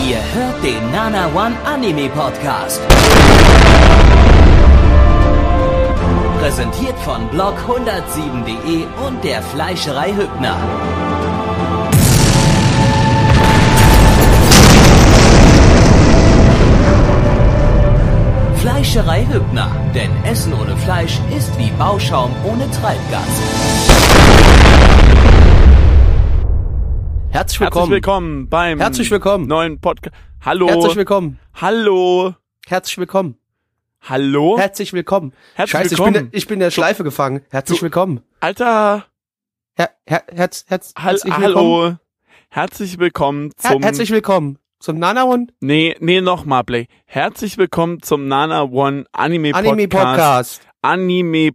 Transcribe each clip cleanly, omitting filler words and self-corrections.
Ihr hört den Nana One Anime Podcast. Präsentiert von blog107.de und der Fleischerei Hübner. Fleischerei Hübner, denn Essen ohne Fleisch ist wie Bauschaum ohne Treibgas. Herzlich willkommen beim neuen Podcast. Hallo. Herzlich willkommen. Hallo. Herzlich willkommen. Hallo. Herzlich willkommen. Herzlich Scheiße, willkommen. ich bin in der Schleife gefangen. Herzlich willkommen. Alter. Herzlich willkommen. Hallo. Herzlich willkommen zum... Herzlich willkommen zum Nana One. Nee, nochmal, Play. Herzlich willkommen zum Nana One Anime Podcast. Anime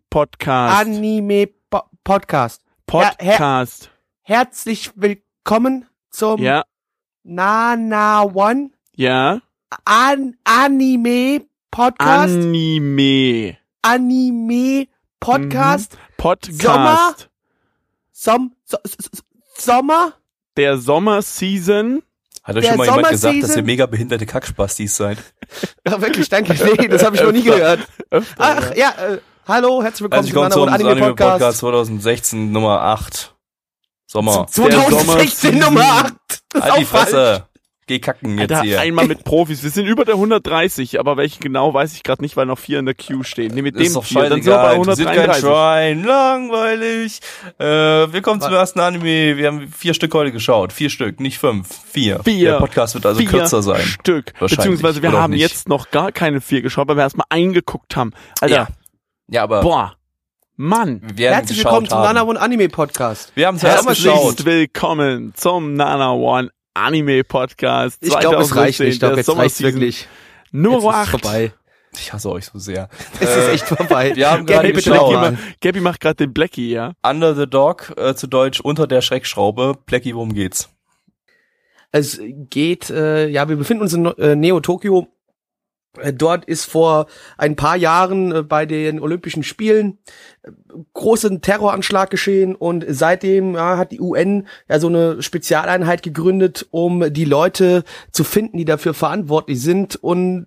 Podcast. Podcast. Herzlich willkommen zum Nana One. Ja. Anime Podcast. Anime Podcast. Podcast. Sommer. Der Sommer-Season. Hat euch schon mal jemand gesagt, dass ihr mega behinderte Kackspastis seid? Ja, wirklich, danke. Nee, das habe ich noch nie gehört. Ach, ja, hallo, herzlich willkommen zum Anime Podcast 2016 Nummer 8. Sommer. 2016 Nummer 8. Das ist halt die auch falsch. Fresse. Geh kacken jetzt Alter, hier. einmal mit Profis. Wir sind über der 130, aber welchen genau weiß ich gerade nicht, weil noch 4 in der Queue stehen. Nee, mit Das ist dem doch 4, dann sind wir bei scheißegal. Interessiert kein 133. Schwein. Langweilig. Willkommen zum ersten Anime. Wir haben 4 Stück heute geschaut. 4 Stück, nicht 5. 4. Der Podcast wird also 4 kürzer sein. Stück. Wahrscheinlich. Beziehungsweise wir Oder auch haben nicht. jetzt noch gar keine 4 geschaut, weil wir erstmal eingeguckt haben. Alter, Ja, aber boah, Mann. wir werden Herzlich willkommen geschaut zum Nana haben. One Anime Podcast. Wir haben zuerst Herzlich geschaut. willkommen zum Nana One Anime Podcast. Ich glaube, es reicht nicht. Ich glaube, jetzt reicht's wirklich. Nummer Jetzt ist 8. vorbei. Ich hasse euch so sehr. Es ist echt vorbei. Wir haben Gabby, gerade bitte geschaut. nochmal. Gabby macht gerade den Blackie, ja? Under the Dog, zu Deutsch unter der Schreckschraube. Blackie, worum geht's? Es geht, wir befinden uns in Neo-Tokio. Dort ist vor ein paar Jahren bei den Olympischen Spielen großen Terroranschlag geschehen und seitdem hat die UN so eine Spezialeinheit gegründet, um die Leute zu finden, die dafür verantwortlich sind. Und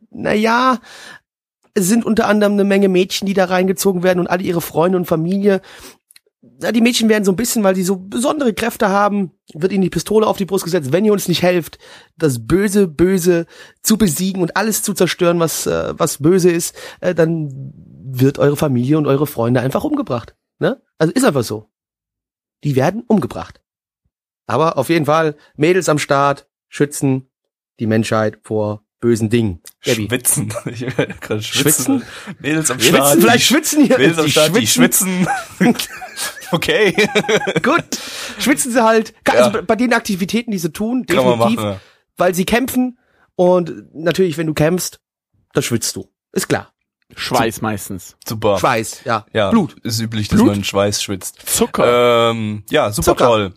es sind unter anderem eine Menge Mädchen, die da reingezogen werden und alle ihre Freunde und Familie. Die Mädchen werden so ein bisschen, weil sie so besondere Kräfte haben, wird ihnen die Pistole auf die Brust gesetzt, wenn ihr uns nicht helft, das Böse zu besiegen und alles zu zerstören, was böse ist, dann wird eure Familie und eure Freunde einfach umgebracht. Ne? Also ist einfach so. Die werden umgebracht. Aber auf jeden Fall Mädels am Start schützen die Menschheit vor bösen Dingen. Gabby. Schwitzen. Ich werde gerade Schwitzen? Mädels am Schwitzen? Start. Vielleicht schwitzen hier. Mädels am Start, die schwitzen. Okay. Gut. Schwitzen sie halt. Also bei den Aktivitäten, die sie tun, Kann man definitiv, machen, ja. weil sie kämpfen. Und natürlich, wenn du kämpfst, dann schwitzt du. Ist klar. Schweiß meistens. Super. Schweiß, ja. Ja, Blut. ist üblich, dass Blut? man Schweiß schwitzt. Zucker. Ja, super Zucker. toll.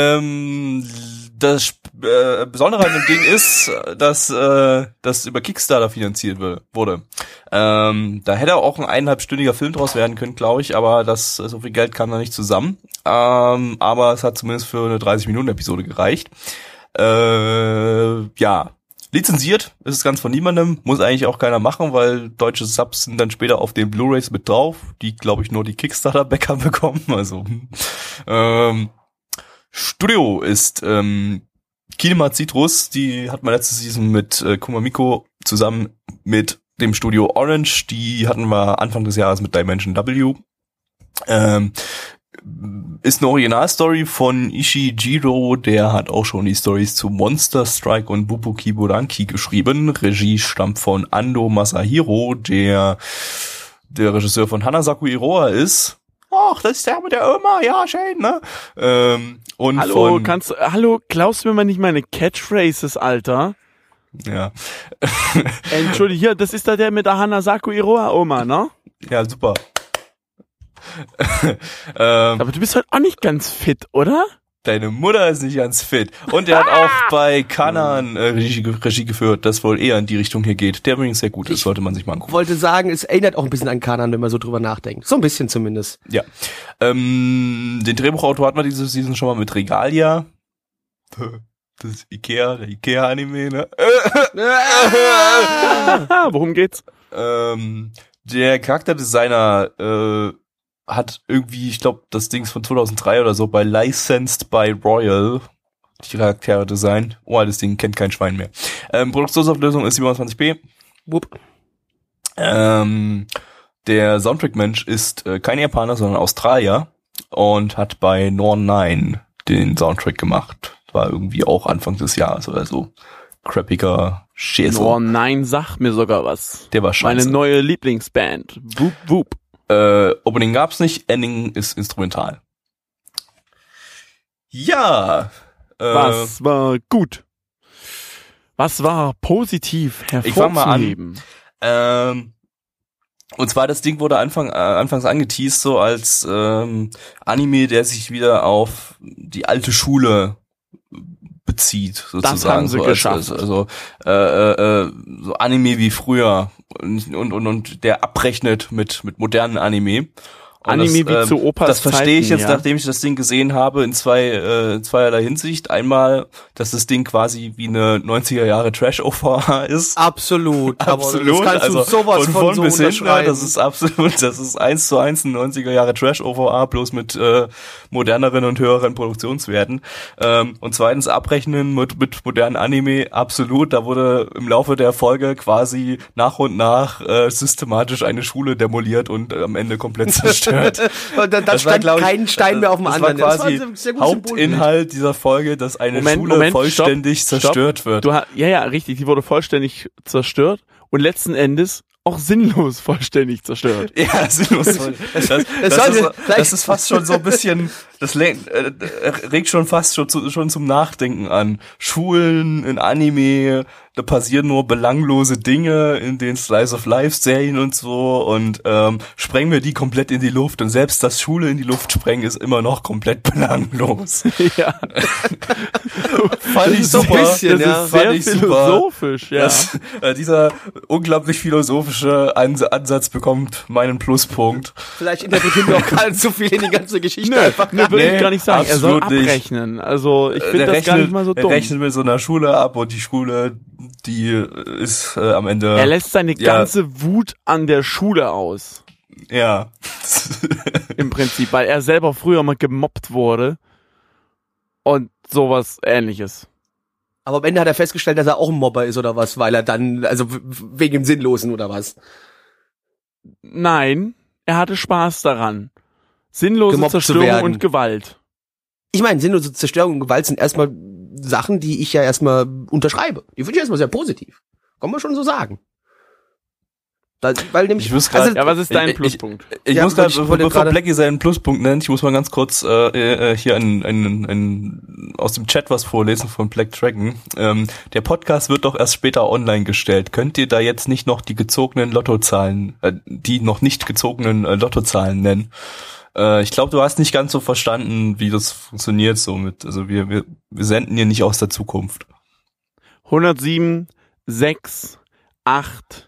Das Besondere an dem Ding ist, dass das über Kickstarter finanziert wurde. Da hätte auch ein 1,5-stündiger Film draus werden können, glaube ich, aber so viel Geld kam da nicht zusammen. Aber es hat zumindest für eine 30-Minuten-Episode gereicht. Lizenziert ist es ganz von niemandem, muss eigentlich auch keiner machen, weil deutsche Subs sind dann später auf den Blu-rays mit drauf, die, glaube ich, nur die Kickstarter-Bäcker bekommen. Also Studio ist Kinema Citrus, die hat man letzte Season mit Kumamiko zusammen mit dem Studio Orange, die hatten wir Anfang des Jahres mit Dimension W. Ist eine Originalstory von Ishijiro, der hat auch schon die Stories zu Monster Strike und Bubuki Buranki geschrieben. Regie stammt von Ando Masahiro, der Regisseur von Hanasaku Iroha ist. Ach, das ist der mit der Oma, ja, schön, ne? Und Hallo, glaubst du mir mal nicht meine Catchphrases, Alter? Ja. Entschuldige, hier, das ist da der mit der Hanasaku Iroha Oma, ne? Ja, super. Aber du bist halt auch nicht ganz fit, oder? Deine Mutter ist nicht ganz fit. Und er hat auch bei Kanan Regie geführt, das wohl eher in die Richtung hier geht. Der übrigens sehr gut ist, sollte man sich mal angucken. Ich wollte sagen, es erinnert auch ein bisschen an Kanan, wenn man so drüber nachdenkt. So ein bisschen zumindest. Ja. Den Drehbuchautor hatten wir diese Season schon mal mit Regalia. Das der Ikea-Anime, ne? Worum geht's? Der Charakterdesigner hat irgendwie, ich glaube, das Ding ist von 2003 oder so, bei Licensed by Royal die Charaktere designt. Oh, das Ding kennt kein Schwein mehr. Produktionsauflösung ist 27p. Wupp. Der Soundtrack-Mensch ist kein Japaner, sondern Australier und hat bei Norn 9 den Soundtrack gemacht. War irgendwie auch Anfang des Jahres oder so. Crappiger Schäsel. Norn 9 sagt mir sogar was. Der war scheiße. Meine neue Lieblingsband. Wup, wup. Opening gab's nicht, Ending ist instrumental. Ja. Was war gut? Was war positiv hervorzuheben? Ich fang mal an. Und zwar, das Ding wurde anfangs angeteased, so als Anime, der sich wieder auf die alte Schule bezieht, sozusagen. Das haben sie geschafft. Also so Anime wie früher und der abrechnet mit modernen Anime. Und Anime wie zu Opas Das verstehe ich Zeiten, jetzt, ja. nachdem ich das Ding gesehen habe, in zweierlei Hinsicht. Einmal, dass das Ding quasi wie eine 90er Jahre Trash-OVA ist. Absolut. Absolut. Aber das kannst du sowas von so bis hin, unterschreiben. das ist 1:1 ein 90er Jahre Trash-OVA, bloß mit moderneren und höheren Produktionswerten. Und zweitens abrechnen mit modernen Anime, absolut. Da wurde im Laufe der Folge quasi nach und nach systematisch eine Schule demoliert und am Ende komplett zerstört. Und dann stand kein Stein mehr auf dem anderen. Das war quasi ein sehr gutes Hauptinhalt dieser Folge, dass eine Schule Moment, vollständig stopp. zerstört wird. Ja, richtig, die wurde vollständig zerstört und letzten Endes auch sinnlos vollständig zerstört. Ja, sinnlos. Das ist fast schon so ein bisschen, das regt schon fast schon zum Nachdenken an. Schulen in Anime, da passieren nur belanglose Dinge in den Slice of Life Serien und so und sprengen wir die komplett in die Luft und selbst das Schule in die Luft sprengen ist immer noch komplett belanglos. Ja. Fand ich super. Bisschen, Das ist sehr philosophisch, ja. Dieser unglaublich philosophische Ansatz bekommt meinen Pluspunkt. Vielleicht interpretieren wir auch gar nicht so viel in die ganze Geschichte einfach. Würde ich gar nicht sagen. Er soll absolut nicht. abrechnen. Also ich finde das gar nicht mal so dumm. Er rechnet mit so einer Schule ab und die Schule, die ist am Ende... Er lässt seine ganze Wut an der Schule aus. Ja. Im Prinzip, weil er selber früher mal gemobbt wurde und sowas Ähnliches. Aber am Ende hat er festgestellt, dass er auch ein Mobber ist oder was, weil er dann, also wegen dem Sinnlosen oder was. Nein, er hatte Spaß daran. Sinnlose Gemobbt zu Zerstörung werden. und Gewalt. Ich meine, sinnlose Zerstörung und Gewalt sind erstmal Sachen, die ich ja erstmal unterschreibe. Die finde ich erstmal sehr positiv. Kann man schon so sagen. Weil nämlich, Ich muss grad, Ja, was ist dein Pluspunkt? Ich Ja, muss gerade, ich wollte bevor gerade- Blackie seinen Pluspunkt nennt, ich muss mal ganz kurz hier aus dem Chat was vorlesen von Black Dragon. Der Podcast wird doch erst später online gestellt. Könnt ihr da jetzt nicht noch die gezogenen Lottozahlen, die noch nicht gezogenen Lottozahlen nennen? Ich glaube, du hast nicht ganz so verstanden, wie das funktioniert somit. Also wir senden hier nicht aus der Zukunft. 107, 6, 8,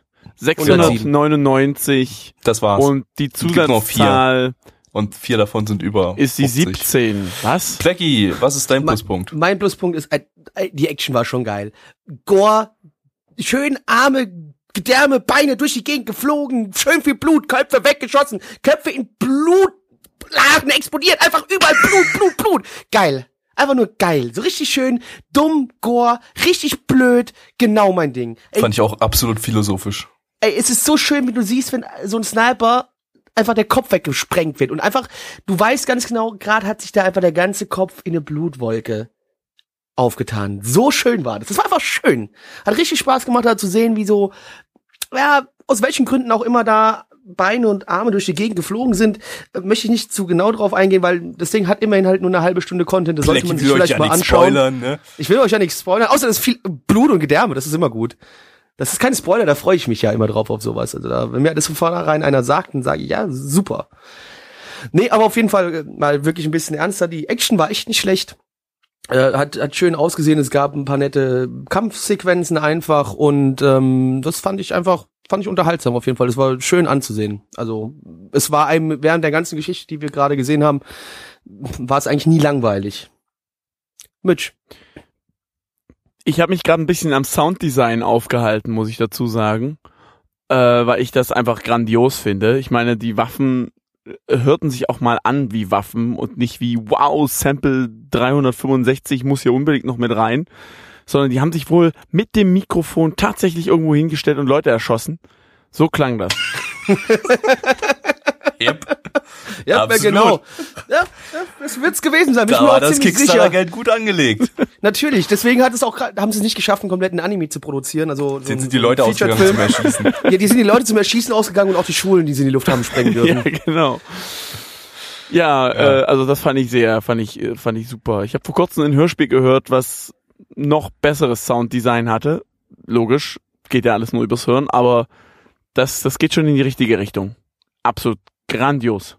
699 Das war's. und die gibt noch Zusatzzahl Und 4 davon sind über ist die 50. 17. Was? Blackie, was ist dein Pluspunkt? mein Pluspunkt ist, die Action war schon geil. Gore, schön Arme, Gedärme, Beine durch die Gegend geflogen, schön viel Blut, Köpfe weggeschossen, Köpfe in Blutlagen explodiert, einfach überall Blut. Geil. Einfach nur geil. So richtig schön, dumm, Gore, richtig blöd, genau mein Ding. Ey, Fand ich auch absolut philosophisch. es ist so schön, wie du siehst, wenn so ein Sniper einfach der Kopf weggesprengt wird und einfach, du weißt ganz genau, gerade hat sich da einfach der ganze Kopf in eine Blutwolke aufgetan. So schön war das. Das war einfach schön. Hat richtig Spaß gemacht, da zu sehen, wie so, ja, aus welchen Gründen auch immer da Beine und Arme durch die Gegend geflogen sind. Möchte ich nicht zu genau drauf eingehen, weil das Ding hat immerhin halt nur eine halbe Stunde Content. Das sollte man sich vielleicht mal anschauen. Spoilern, ne? Ich will euch ja nichts spoilern, außer das ist viel Blut und Gedärme, das ist immer gut. Das ist kein Spoiler, da freue ich mich ja immer drauf auf sowas. Also da, wenn mir das von vornherein einer sagt, dann sage ich, ja, super. Nee, aber auf jeden Fall mal wirklich ein bisschen ernster. Die Action war echt nicht schlecht. Hat schön ausgesehen, es gab ein paar nette Kampfsequenzen einfach und das fand ich unterhaltsam auf jeden Fall. Das war schön anzusehen. Also es war einem während der ganzen Geschichte, die wir gerade gesehen haben, war es eigentlich nie langweilig. Mitch. Ich habe mich gerade ein bisschen am Sounddesign aufgehalten, muss ich dazu sagen, weil ich das einfach grandios finde. Ich meine, die Waffen hörten sich auch mal an wie Waffen und nicht wie, wow, Sample 365 muss hier unbedingt noch mit rein, sondern die haben sich wohl mit dem Mikrofon tatsächlich irgendwo hingestellt und Leute erschossen. So klang das. Yep. Ja, absolut. Genau. Ja, das wird's gewesen sein. Da war das Kickstarter-Geld gut angelegt. Natürlich, deswegen haben sie es nicht geschafft, einen kompletten Anime zu produzieren. Also jetzt sind die Leute ausgegangen zum Erschießen. Ja, die sind die Leute zum Erschießen ausgegangen und auch die Schulen, die sie in die Luft haben sprengen dürfen. Ja, genau. Ja, also das fand ich super. Ich habe vor kurzem ein Hörspiel gehört, was noch besseres Sounddesign hatte. Logisch, geht ja alles nur übers Hören, aber das geht schon in die richtige Richtung. Absolut grandios.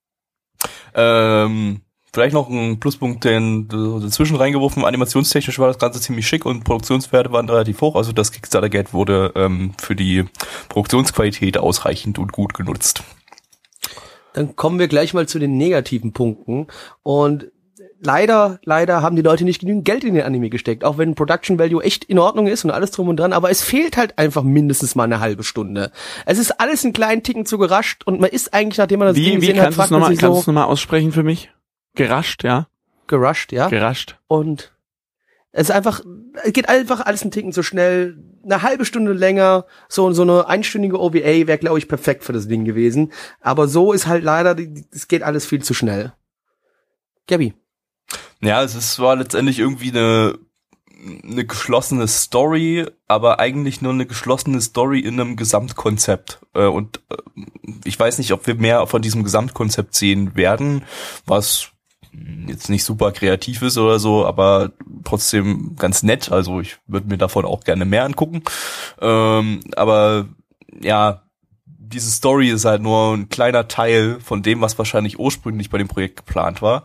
Vielleicht noch ein Pluspunkt, den dazwischen reingeworfen. Animationstechnisch war das Ganze ziemlich schick und Produktionswerte waren relativ hoch. Also das Kickstarter-Geld wurde für die Produktionsqualität ausreichend und gut genutzt. Dann kommen wir gleich mal zu den negativen Punkten. Und leider haben die Leute nicht genügend Geld in den Anime gesteckt, auch wenn Production Value echt in Ordnung ist und alles drum und dran, aber es fehlt halt einfach mindestens mal eine halbe Stunde. Es ist alles in kleinen Ticken zu gerascht und man ist eigentlich, nachdem man das Ding gesehen hat, fragt man sich so... Kannst du es nochmal aussprechen für mich? Gerascht, ja? Gerusht, ja. Gerascht. Und es geht einfach alles einen Ticken zu schnell. Eine halbe Stunde länger, so eine einstündige OVA wäre, glaube ich, perfekt für das Ding gewesen. Aber so ist halt leider, es geht alles viel zu schnell. Gabi? Ja, war letztendlich irgendwie eine geschlossene Story, aber eigentlich nur eine geschlossene Story in einem Gesamtkonzept. Und ich weiß nicht, ob wir mehr von diesem Gesamtkonzept sehen werden, was jetzt nicht super kreativ ist oder so, aber trotzdem ganz nett. Also ich würde mir davon auch gerne mehr angucken. Aber ja, diese Story ist halt nur ein kleiner Teil von dem, was wahrscheinlich ursprünglich bei dem Projekt geplant war.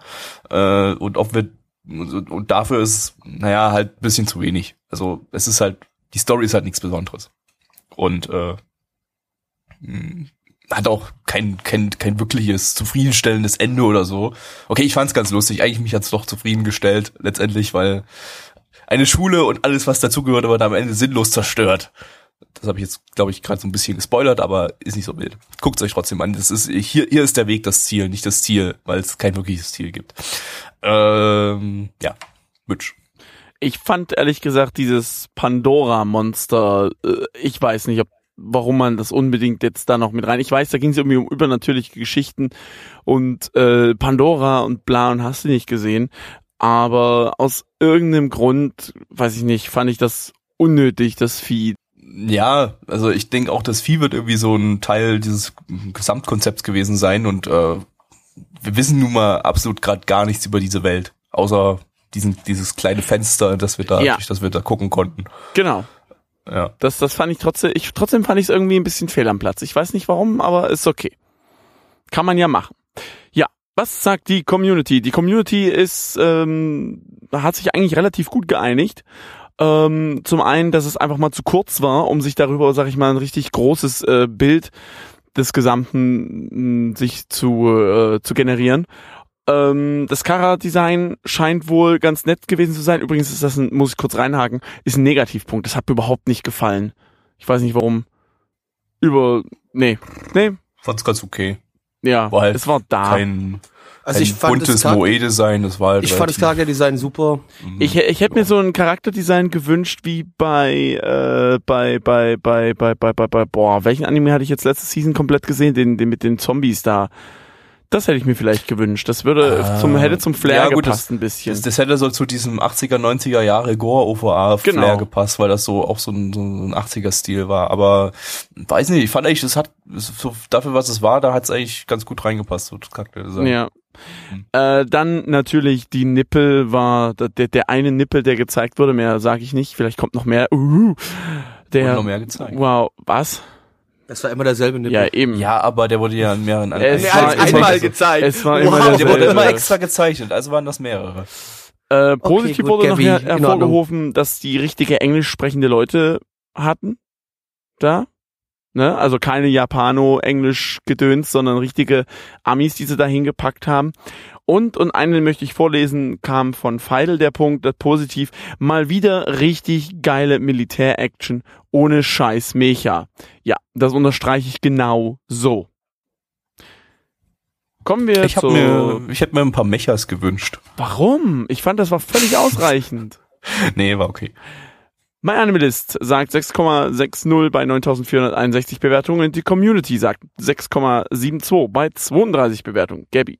Und dafür ist es, halt ein bisschen zu wenig. Also es ist halt, die Story ist halt nichts Besonderes. Und hat auch kein wirkliches zufriedenstellendes Ende oder so. Okay, ich fand's ganz lustig. Eigentlich mich hat's doch zufriedengestellt, letztendlich, weil eine Schule und alles, was dazugehört, wird am Ende sinnlos zerstört. Das habe ich jetzt, glaube ich, gerade so ein bisschen gespoilert, aber ist nicht so wild. Guckt's euch trotzdem an. Das ist hier ist der Weg das Ziel, nicht das Ziel, weil es kein wirkliches Ziel gibt. Ja, Mitch. Ich fand ehrlich gesagt dieses Pandora-Monster, ich weiß nicht, warum man das unbedingt jetzt da noch mit rein. Ich weiß, da ging es irgendwie um übernatürliche Geschichten und Pandora und bla und hast du nicht gesehen. Aber aus irgendeinem Grund, weiß ich nicht, fand ich das unnötig, das Vieh. Ja, also ich denke auch, das Vieh wird irgendwie so ein Teil dieses Gesamtkonzepts gewesen sein und wir wissen nun mal absolut gerade gar nichts über diese Welt, außer dieses kleine Fenster, durch das wir da gucken konnten. Genau. Ja. Das fand ich trotzdem fand ich es irgendwie ein bisschen fehl am Platz. Ich weiß nicht warum, aber ist okay. Kann man ja machen. Ja, was sagt die Community? Die Community hat sich eigentlich relativ gut geeinigt. Zum einen, dass es einfach mal zu kurz war, um sich darüber, sag ich mal, ein richtig großes Bild des Gesamten sich zu generieren. Das Chara-Design scheint wohl ganz nett gewesen zu sein. Übrigens ist das muss ich kurz reinhaken, ist ein Negativpunkt. Das hat mir überhaupt nicht gefallen. Ich weiß nicht warum. Nee. Fand's ganz okay. Ja, war halt es war da. Kein buntes Moe-Design, das war halt ich fand das Charakterdesign super. Ich hätte mir so ein Charakterdesign gewünscht wie bei welchen Anime hatte ich jetzt letzte Season komplett gesehen, den mit den Zombies da. Das hätte ich mir vielleicht gewünscht. Das hätte zum Flair gepasst ein bisschen. Das hätte so zu diesem 80er, 90er Jahre Gore-OVA-Flair gepasst, weil das so auch so ein 80er-Stil war. Aber weiß nicht, ich fand eigentlich, das hat so dafür, was es war, da hat es eigentlich ganz gut reingepasst, so das Charakterdesign. Ja. Dann natürlich die Nippel war der eine Nippel, der gezeigt wurde, mehr sage ich nicht, vielleicht kommt noch mehr. Wurde noch mehr gezeigt. Wow, was? Das war immer derselbe Nippel. Ja, eben. Ja, aber der wurde ja in mehreren einmal gezeigt. Es war immer der wurde immer extra gezeichnet, also waren das mehrere. Positiv wurde noch hervorgehoben, dass die richtige englisch sprechende Leute hatten. Da. Ne? Also keine Japano-Englisch-Gedöns, sondern richtige Amis, die sie da hingepackt haben. Und einen möchte ich vorlesen, kam von Feidel der Punkt, das positiv, mal wieder richtig geile Militär-Action ohne scheiß Mecha. Ja, das unterstreiche ich genau so. Kommen wir Ich hätte mir ein paar Mechas gewünscht. Warum? Ich fand, das war völlig ausreichend. Nee, war okay. MyAnimalist sagt 6,60 bei 9.461 Bewertungen. Die Community sagt 6,72 bei 32 Bewertungen. Gabby.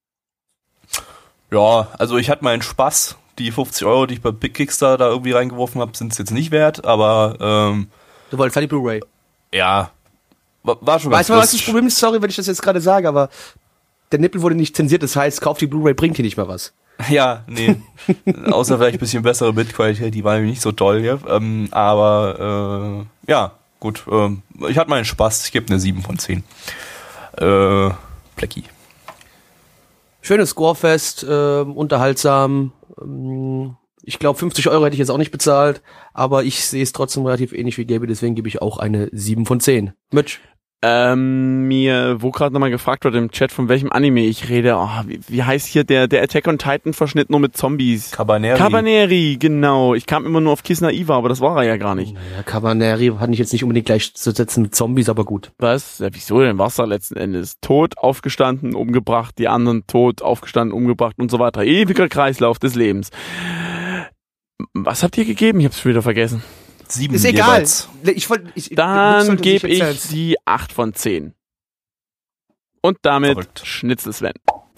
Ja, also ich hatte meinen Spaß. Die 50 €, die ich bei Big Kickstarter da irgendwie reingeworfen habe, sind es jetzt nicht wert, aber Du wolltest halt die Blu-ray. ja, war schon ganz Weißt du, was das lustig. Problem ist? Sorry, wenn ich das jetzt gerade sage, aber der Nippel wurde nicht zensiert, das heißt, kauf die Blu-ray, bringt hier nicht mal was. Ja, nee. Außer vielleicht ein bisschen bessere Bildqualität, die war nämlich nicht so toll hier. Aber ja, gut. Ich hatte meinen Spaß, ich gebe eine 7 von 10. Blackie. Schönes Scorefest, unterhaltsam. Ich glaube, 50 € hätte ich jetzt auch nicht bezahlt, aber ich sehe es trotzdem relativ ähnlich wie Gaby, deswegen gebe ich auch eine 7 von 10. Mitch? Mir, wo gerade nochmal gefragt wurde im Chat, von welchem Anime ich rede. Oh, wie heißt hier der Attack on Titan Verschnitt nur mit Zombies? Cabaneri, genau. Ich kam immer nur auf Kiss Naiva, aber das war er ja gar nicht. Naja, Cabaneri hatte ich jetzt nicht unbedingt gleich zu setzen mit Zombies, aber gut. Was? Ja, wieso denn? Wasser letzten Endes. Tot, aufgestanden, umgebracht, die anderen tot, aufgestanden, umgebracht und so weiter. Ewiger Kreislauf des Lebens. Was habt ihr gegeben? Ich hab's schon wieder vergessen. 7 Ist egal. jeweils. Dann gebe ich die 8 von 10. Und damit Verrückt. Schnitzel Sven.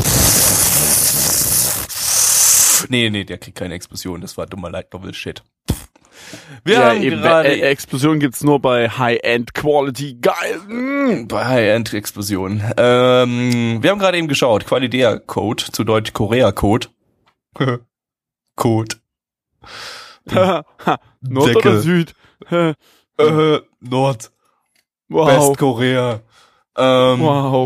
Nee, der kriegt keine Explosion. Das war dummer Light Novel Shit. Wir Ja, haben eben, gerade Explosion gibt's nur bei High-End Quality. Geil. bei High-End Explosion. Wir haben gerade eben geschaut. Qualidea Code, zu Deutsch Korea Code. Code. Nord Decke. oder Süd? Nord. Wow. Westkorea. Wow.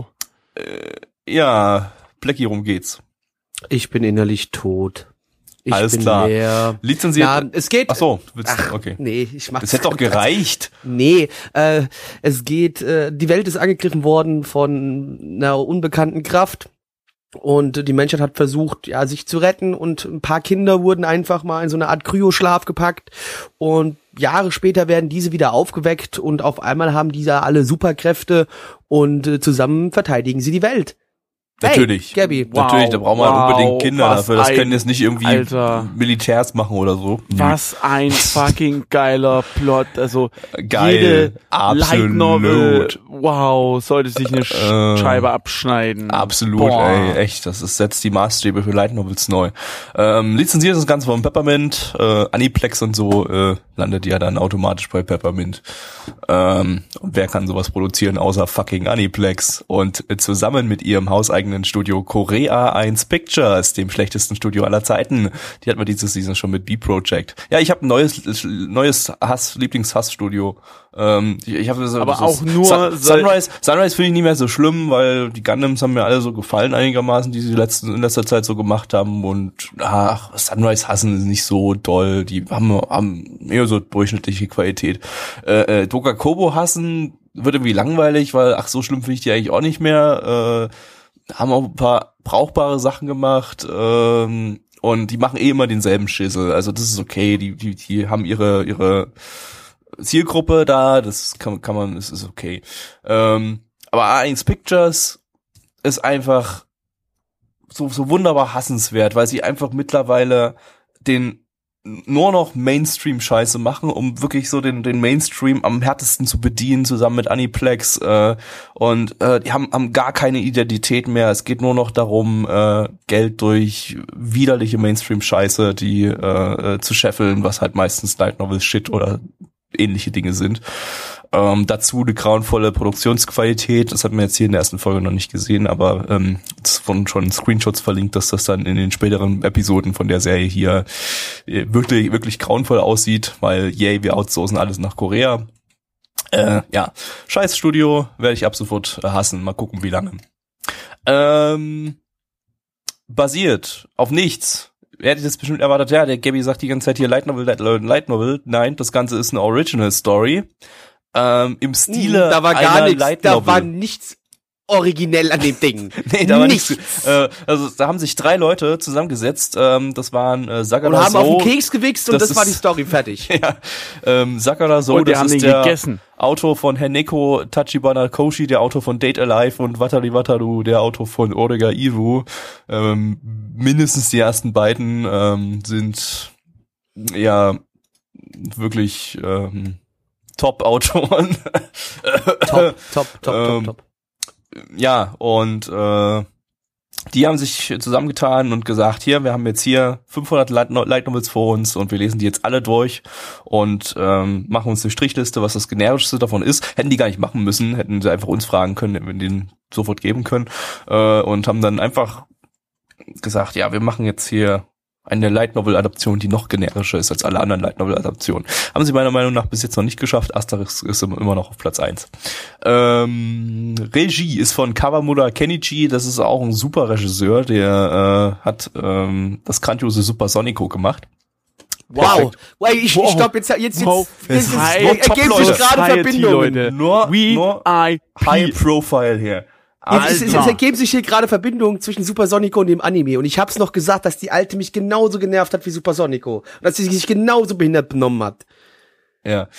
Ja, Blackie, rum geht's. Ich bin innerlich tot. Ich Alles bin klar. leer. Lizenziert. Ja, es geht. Ach so, du willst, Ach, okay. nee, ich mach Das hätte doch gereicht. Nee, es geht, die Welt ist angegriffen worden von einer unbekannten Kraft und die Menschheit hat versucht, ja, sich zu retten und ein paar Kinder wurden einfach mal in so eine Art Kryoschlaf gepackt und Jahre später werden diese wieder aufgeweckt und auf einmal haben diese alle Superkräfte und zusammen verteidigen sie die Welt. Natürlich. Hey, Gabby. Wow, Natürlich, da braucht man wow, unbedingt Kinder was dafür. Das ein- können jetzt nicht irgendwie Alter. Militärs machen oder so. Was ein fucking geiler Plot. Also Geil. jede Light Absolut. Novel, wow, sollte sich eine Scheibe abschneiden. Absolut, Boah. ey, echt. Das setzt die Maßstäbe für Light Novels neu. Lizenziert ist das Ganze von Peppermint, Aniplex und so landet ja dann automatisch bei Peppermint. Und wer kann sowas produzieren außer fucking Aniplex? Und zusammen mit ihrem hauseigenen Studio Korea 1 Pictures, dem schlechtesten Studio aller Zeiten. Die hatten wir diese Season schon mit B-Project. Ja, ich habe ein neues Lieblings-Hass-Studio. Ich habe so, Aber so auch nur Sunrise finde ich nicht mehr so schlimm, weil die Gundams haben mir alle so gefallen einigermaßen, die sie in letzter Zeit so gemacht haben und Sunrise hassen ist nicht so doll, die haben eher so durchschnittliche Qualität. Doka Kobo hassen wird irgendwie langweilig, weil so schlimm finde ich die eigentlich auch nicht mehr. Haben auch ein paar brauchbare Sachen gemacht und die machen immer denselben Schissel, also das ist okay, die haben ihre Zielgruppe da, das kann man, es ist okay. Aber A1 Pictures ist einfach so wunderbar hassenswert, weil sie einfach mittlerweile nur noch Mainstream-Scheiße machen, um wirklich so den Mainstream am härtesten zu bedienen, zusammen mit Aniplex. Und die haben gar keine Identität mehr. Es geht nur noch darum, Geld durch widerliche Mainstream-Scheiße, die zu scheffeln, was halt meistens Light Novel Shit oder ähnliche Dinge sind. Dazu eine grauenvolle Produktionsqualität, das hat man jetzt hier in der ersten Folge noch nicht gesehen, aber es wurden schon Screenshots verlinkt, dass das dann in den späteren Episoden von der Serie hier wirklich, wirklich grauenvoll aussieht, weil wir outsourcen alles nach Korea. Ja, scheiß Studio, werde ich ab sofort hassen, mal gucken wie lange. Basiert auf nichts. Wer hätte das bestimmt erwartet? Ja, der Gabby sagt die ganze Zeit hier Light Novel. Nein, das Ganze ist eine Original Story. im Stile Da war gar einer nichts, Light da Novel. war nichts originell an dem Ding. Nee, da war nichts. Also da haben sich 3 Leute zusammengesetzt. Das waren Sakura Und haben So. auf den Keks gewichst und das das war die ist- Story, fertig. Ja, Sakura So, Und die das haben ist den der gegessen. Autor von Heneko Tachibana Koshi, der Autor von Date Alive, und Watari Wataru, der Autor von Orega Iru. Mindestens die ersten beiden sind ja wirklich Top-Autoren. Top. Ja, und die haben sich zusammengetan und gesagt, hier, wir haben jetzt hier 500 Light Novels vor uns und wir lesen die jetzt alle durch und machen uns eine Strichliste, was das generischste davon ist. Hätten die gar nicht machen müssen, hätten sie einfach uns fragen können, hätten wir denen sofort geben können, und haben dann einfach gesagt, ja, wir machen jetzt hier eine Light Novel Adaption, die noch generischer ist als alle anderen Light Novel Adaptionen. Haben sie meiner Meinung nach bis jetzt noch nicht geschafft. Asterix ist immer noch auf Platz 1. Regie ist von Kawamura Kenichi. Das ist auch ein super Regisseur. Der hat das grandiose Supersonico gemacht. Wow. Ich stopp jetzt Wow. jetzt Hi, ergeben Top-Leute. sich gerade Society, Verbindungen. Leute. Nur High VIP. Profile hier. Es ergeben sich hier gerade Verbindungen zwischen Supersonico und dem Anime. Und ich hab's noch gesagt, dass die Alte mich genauso genervt hat wie Supersonico. Und dass sie sich genauso behindert benommen hat. Ja.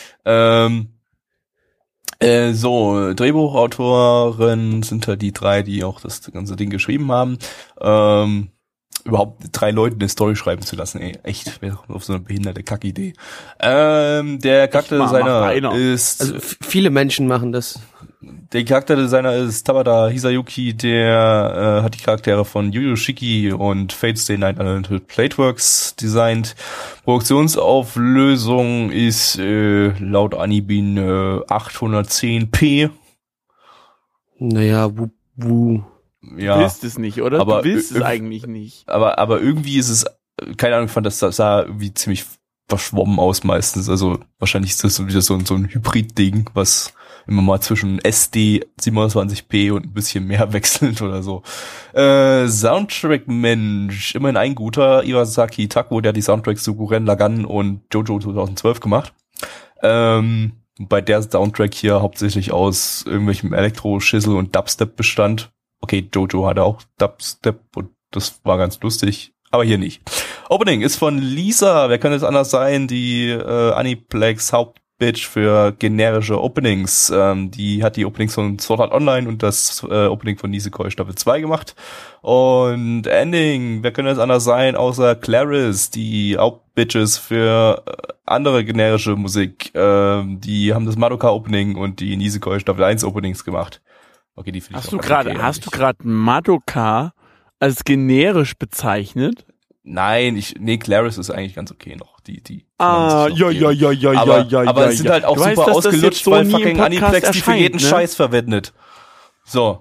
So, Drehbuchautoren sind halt die 3, die auch das ganze Ding geschrieben haben. Überhaupt 3 Leuten eine Story schreiben zu lassen, ey, echt, wäre auf so eine behinderte Kackidee. Der Charakterdesigner ist, Also viele Menschen machen das. der Charakterdesigner ist Tabata Hisayuki, der hat die Charaktere von Yu Yu Shiki und Fate Stay Night Unlimited Plateworks designt. Produktionsauflösung ist laut Anibin 810p. Naja, Ja. Du willst es nicht, oder? Aber du willst es eigentlich nicht. Aber irgendwie ist es, keine Ahnung, ich fand das sah irgendwie ziemlich verschwommen aus meistens. Also wahrscheinlich ist das so wieder so ein Hybrid-Ding, was immer mal zwischen SD 27p und ein bisschen mehr wechselt oder so. Soundtrack-Mensch, immerhin ein guter, Iwasaki Tako, der hat die Soundtracks zu Gurren Lagann und Jojo 2012 gemacht. Bei der Soundtrack hier hauptsächlich aus irgendwelchem Elektro-Schissel und Dubstep bestand. Okay, Jojo hatte auch Dubstep und das war ganz lustig, aber hier nicht. Opening ist von Lisa, wer könnte es anders sein, die Aniplex Hauptbitch für generische Openings. Die hat die Openings von Sword Art Online und das Opening von Nisekoi Staffel 2 gemacht. Und Ending, wer könnte es anders sein, außer Clarice, die Hauptbitches für andere generische Musik. Die haben das Madoka Opening und die Nisekoi Staffel 1 Openings gemacht. Okay, die finde ich Hast du auch gerade okay, Madoka als generisch bezeichnet? Nein, Clarice ist eigentlich ganz okay noch. Die Ah, ja. Aber es sind halt auch Du weißt, super dass das jetzt ausgelutscht, so weil nie im fucking Podcast Aniplex die für erscheint, jeden ne? Scheiß verwendet. So.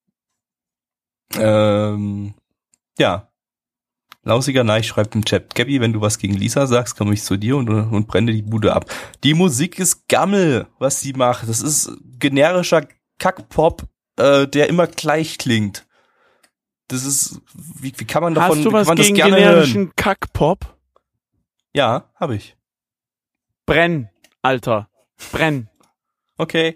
Ja. Lausiger Neich schreibt im Chat, Gabby, wenn du was gegen Lisa sagst, komme ich zu dir und brenne die Bude ab. Die Musik ist Gammel, was sie macht. Das ist generischer Kackpop, der immer gleich klingt. Das ist, wie kann man davon, Hast du was kann man das gegen gerne generischen hören? Kackpop? Ja, habe ich. Brenn, Alter. Brenn. Okay.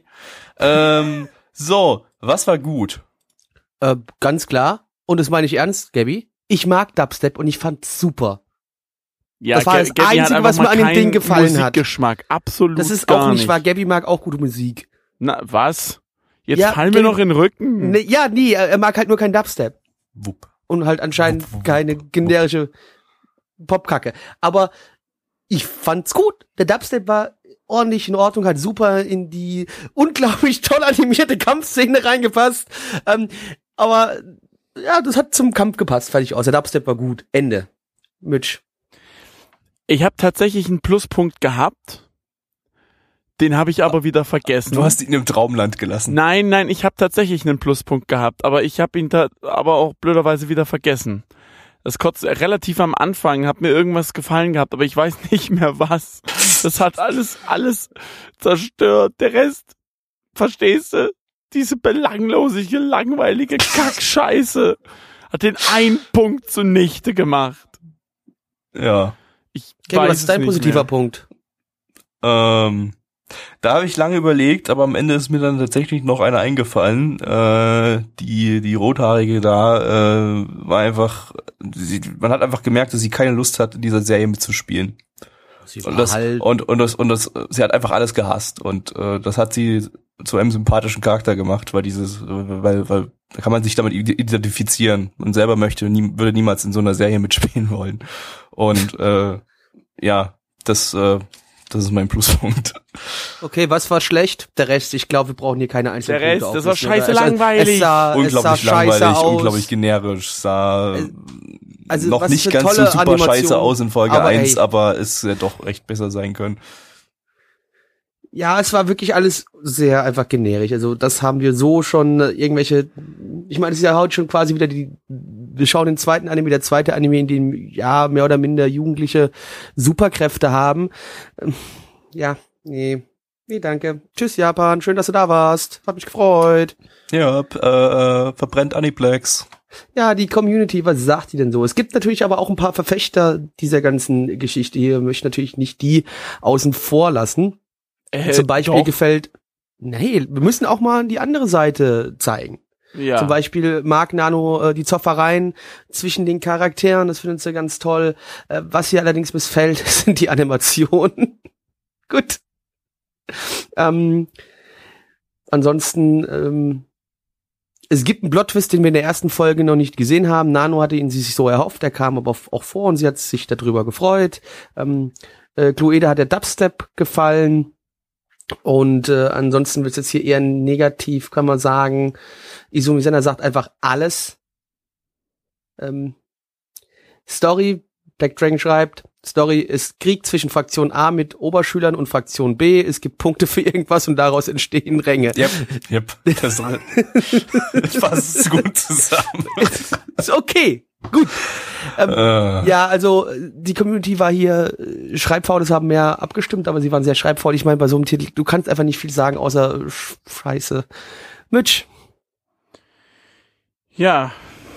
So, was war gut? Ganz klar. Und das meine ich ernst, Gabby. Ich mag Dubstep und ich fand's super. Ja, Das war das Gabby hat Einzige, einfach was mir mal an dem keinen Ding gefallen hat. Musikgeschmack. Absolut Das ist gar auch nicht wahr. Gabby mag auch gute Musik. Na, was? Jetzt Ja, fallen wir noch in den Rücken. Ne, ja, nie. Er mag halt nur kein Dubstep. Wupp. Und halt anscheinend keine generische Popkacke. Aber ich fand's gut. Der Dubstep war ordentlich in Ordnung, hat super in die unglaublich toll animierte Kampfszene reingepasst. Aber ja, das hat zum Kampf gepasst, fertig aus. Der Dubstep war gut. Ende. Mitch. Ich habe tatsächlich einen Pluspunkt gehabt. Den habe ich aber wieder vergessen. Du hast ihn im Traumland gelassen. Nein, ich habe tatsächlich einen Pluspunkt gehabt, aber ich habe ihn da aber auch blöderweise wieder vergessen. Das kurz relativ am Anfang hat mir irgendwas gefallen gehabt, aber ich weiß nicht mehr was. Das hat alles zerstört. Der Rest, verstehst du? Diese belanglose, langweilige Kackscheiße hat den einen Punkt zunichte gemacht. Ja. Ich Gabby, weiß was ist dein es nicht positiver mehr. Punkt? Da habe ich lange überlegt, aber am Ende ist mir dann tatsächlich noch eine eingefallen. Die Rothaarige da war einfach, man hat einfach gemerkt, dass sie keine Lust hat, in dieser Serie mitzuspielen. Sie hat einfach alles gehasst und das hat sie zu einem sympathischen Charakter gemacht, weil da kann man sich damit identifizieren. Man selber würde niemals in so einer Serie mitspielen wollen. Und das ist mein Pluspunkt. Okay, was war schlecht? Der Rest, ich glaube, wir brauchen hier keine einzelnen Der Rest, Punkte das war auflisten, scheiße oder? langweilig. Es sah Unglaublich scheiße langweilig, aus. unglaublich generisch, sah Also, noch was nicht für ganz so tolle super Animation, scheiße aus in Folge aber 1, ey. aber es hätte doch echt besser sein können. Ja, es war wirklich alles sehr einfach generisch. Also das haben wir so schon irgendwelche, ich meine, es ist ja heute schon quasi wieder wir schauen den zweiten Anime, der zweite Anime, in dem ja mehr oder minder Jugendliche Superkräfte haben. Ja, nee, danke. Tschüss Japan, schön, dass du da warst. Hat mich gefreut. Ja, verbrennt Aniplex. Ja, die Community, was sagt die denn so? Es gibt natürlich aber auch ein paar Verfechter dieser ganzen Geschichte hier. Ich möchte natürlich nicht die außen vor lassen. Zum Beispiel doch. gefällt, nee, wir müssen auch mal die andere Seite zeigen. Ja. Zum Beispiel mag Nano die Zoffereien zwischen den Charakteren, das finden sie ganz toll. Was ihr allerdings missfällt, sind die Animationen. Gut. Ansonsten, es gibt einen Plot-Twist, den wir in der ersten Folge noch nicht gesehen haben. Nano hatte ihn sich so erhofft, der kam aber auch vor und sie hat sich darüber gefreut. Chloe hat der Dubstep gefallen. Und ansonsten wird es jetzt hier eher negativ, kann man sagen. Izumi Senna sagt einfach alles. Story, Black Dragon schreibt, Story ist Krieg zwischen Fraktion A mit Oberschülern und Fraktion B. Es gibt Punkte für irgendwas und daraus entstehen Ränge. Yep. Das fasst gut zusammen. Ist okay. Gut. Ja, also die Community war hier schreibfaul, das haben mehr abgestimmt, aber sie waren sehr schreibfaul. Ich meine, bei so einem Titel, du kannst einfach nicht viel sagen, außer Scheiße. Mitch. Ja,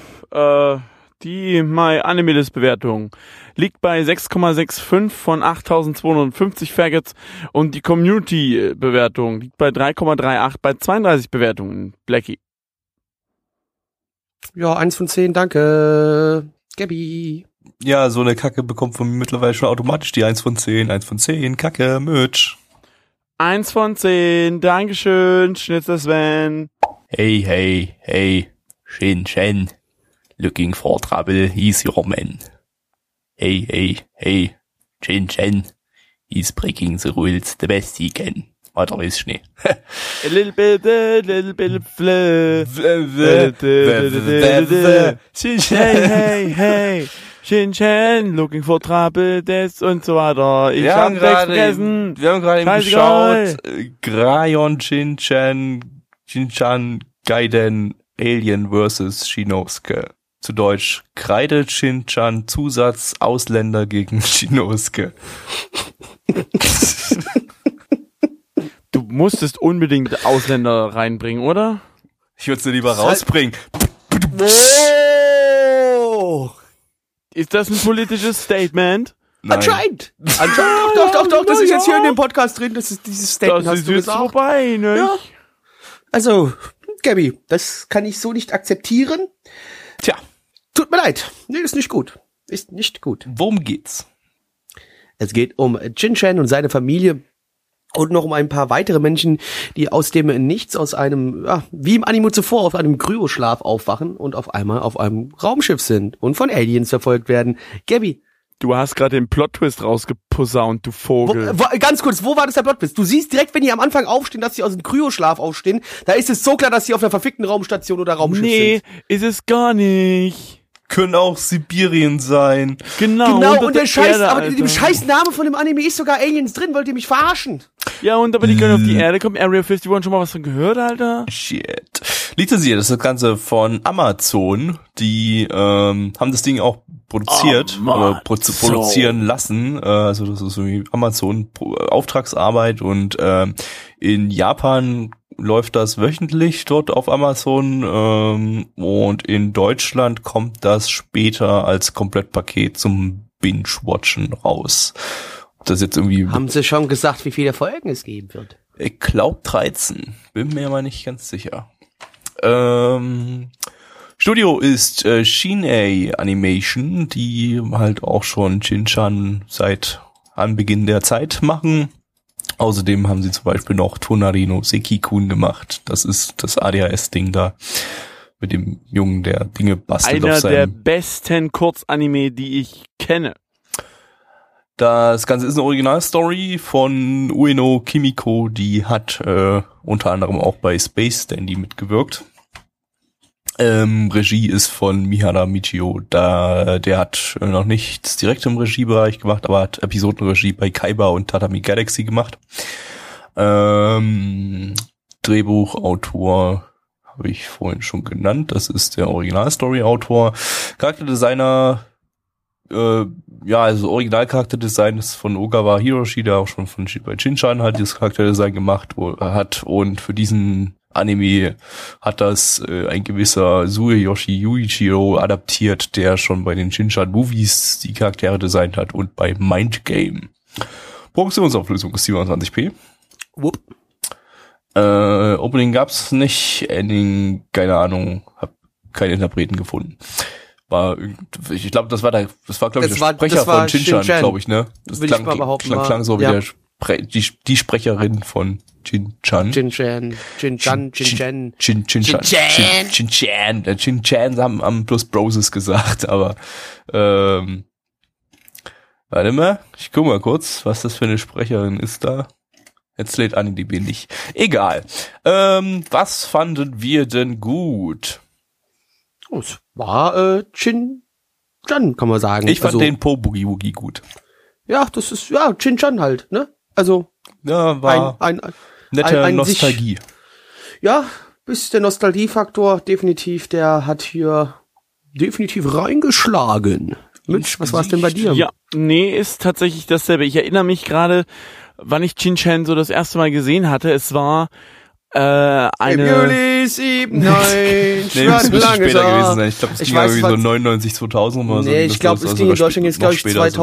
die MyAnimeList-Bewertung liegt bei 6,65 von 8.250 Faggots und die Community-Bewertung liegt bei 3,38 bei 32 Bewertungen. Blackie. Ja, 1 von 10, danke. Gabby. Ja, so eine Kacke bekommt von mir mittlerweile schon automatisch die 1 von 10. 1 von 10, Kacke, Mitch. 1 von 10, Dankeschön, Schnitzer Sven. Hey, Shin, looking for trouble, he's your man. Hey, Shin, he's breaking the rules the best he can. Weiter ist Schnee. A little bit hey, Shin-Chan, looking for trouble, das und so weiter. Wir haben gerade eben geschaut, Grayon, Shin-Chan, Gaiden, Alien vs. Shinosuke. Zu Deutsch, Kreide, Shin-Chan, Zusatz, Ausländer gegen Shinosuke. Du musstest unbedingt Ausländer reinbringen, oder? Ich würde sie lieber rausbringen. Oh! Ist das ein politisches Statement? Nein. Anscheinend. Doch, das ist jetzt hier in dem Podcast drin, das ist dieses Statement, Das hast ist du jetzt gesagt. vorbei, ne? Ja. Also, Gabby, das kann ich so nicht akzeptieren. Tja, Tut mir leid. Nee, ist nicht gut. Ist nicht gut. worum geht's? Es geht um Shin-Chan und seine Familie und noch um ein paar weitere Menschen, die aus dem Nichts, aus einem, ja, wie im Anime zuvor, auf einem Kryoschlaf aufwachen und auf einmal auf einem Raumschiff sind und von Aliens verfolgt werden. Gabby, Du hast gerade den Plot-Twist rausgeposaunt, du Vogel. ganz kurz, wo war das der Plottwist? Du siehst direkt, wenn die am Anfang aufstehen, dass sie aus dem Kryoschlaf aufstehen, da ist es so klar, dass sie auf einer verfickten Raumstation oder Raumschiff Nee, sind. ist es gar nicht. Können auch Sibirien sein. Genau, Genau, unter und der der Scheiß, Erde, aber in dem Alter. scheiß Name von dem Anime ist sogar Aliens drin, wollt ihr mich verarschen? Ja, und aber die können auf die Erde kommen. Area 51, schon mal was von gehört, Alter? Shit. Lizenziert, das ist das Ganze von Amazon. Die haben das Ding auch produziert oder produzieren lassen. Also das ist irgendwie Amazon Auftragsarbeit und in Japan läuft das wöchentlich dort auf Amazon und in Deutschland kommt das später als Komplettpaket zum Binge-Watchen raus. das jetzt irgendwie... Haben sie schon gesagt, wie viele Folgen es geben wird? Ich glaube 13. Bin mir aber nicht ganz sicher. Studio ist Shin-Ei Animation, die halt auch schon Shin-Chan seit Anbeginn der Zeit machen. Außerdem haben sie zum Beispiel noch Tonari no Seki-kun gemacht. Das ist das ADHS-Ding da mit dem Jungen, der Dinge bastelt auf seinem... Einer der besten Kurzanime, die ich kenne. Das Ganze ist eine Originalstory von Ueno Kimiko, die hat unter anderem auch bei Space Dandy mitgewirkt. Regie ist von Mihara Michio, der hat noch nichts direkt im Regiebereich gemacht, aber hat Episodenregie bei Kaiba und Tatami Galaxy gemacht. Drehbuchautor habe ich vorhin schon genannt, das ist der Originalstory-Autor. Charakterdesigner, also Originalcharakterdesign ist von Ogawa Hiroshi, der auch schon bei Shin-Chan halt dieses Charakterdesign gemacht hat, und für diesen Anime hat das ein gewisser Sueyoshi Yuichiro adaptiert, der schon bei den Shin-Chan Movies die Charaktere designt hat und bei Mind Game. Produktionsauflösung ist 27p. Wupp. Opening gab's nicht, Ending, keine Ahnung, hab keine Interpreten gefunden. Ich glaube, das war der Sprecher von Shin-Chan, glaube ich, ne? Das klang so wie die Sprecherin von Shin-Chan. Shin-Chan haben bloß Broses gesagt, aber warte mal, ich guck mal kurz, was das für eine Sprecherin ist da. Jetzt lädt AniDB nicht. Egal. Was fanden wir denn gut? Oh, es war Shin-Chan, kann man sagen. Ich fand den Po-Boogie-Woogie gut. Ja, das ist Shin-Chan halt, ne? Also ja, war nette Nostalgie. Bis der Nostalgiefaktor definitiv, der hat hier definitiv reingeschlagen. Mitch, was war es denn bei dir? Ja, nee, ist tatsächlich dasselbe. Ich erinnere mich gerade, wann ich Shin-Chan so das erste Mal gesehen hatte. Es war eine... Im Juli 97. Nee, das müsste später gewesen sein. Ich glaube, es ging irgendwie so 99, 2000 oder so. Nee, ich glaube, es ging in Deutschland jetzt, glaube ich,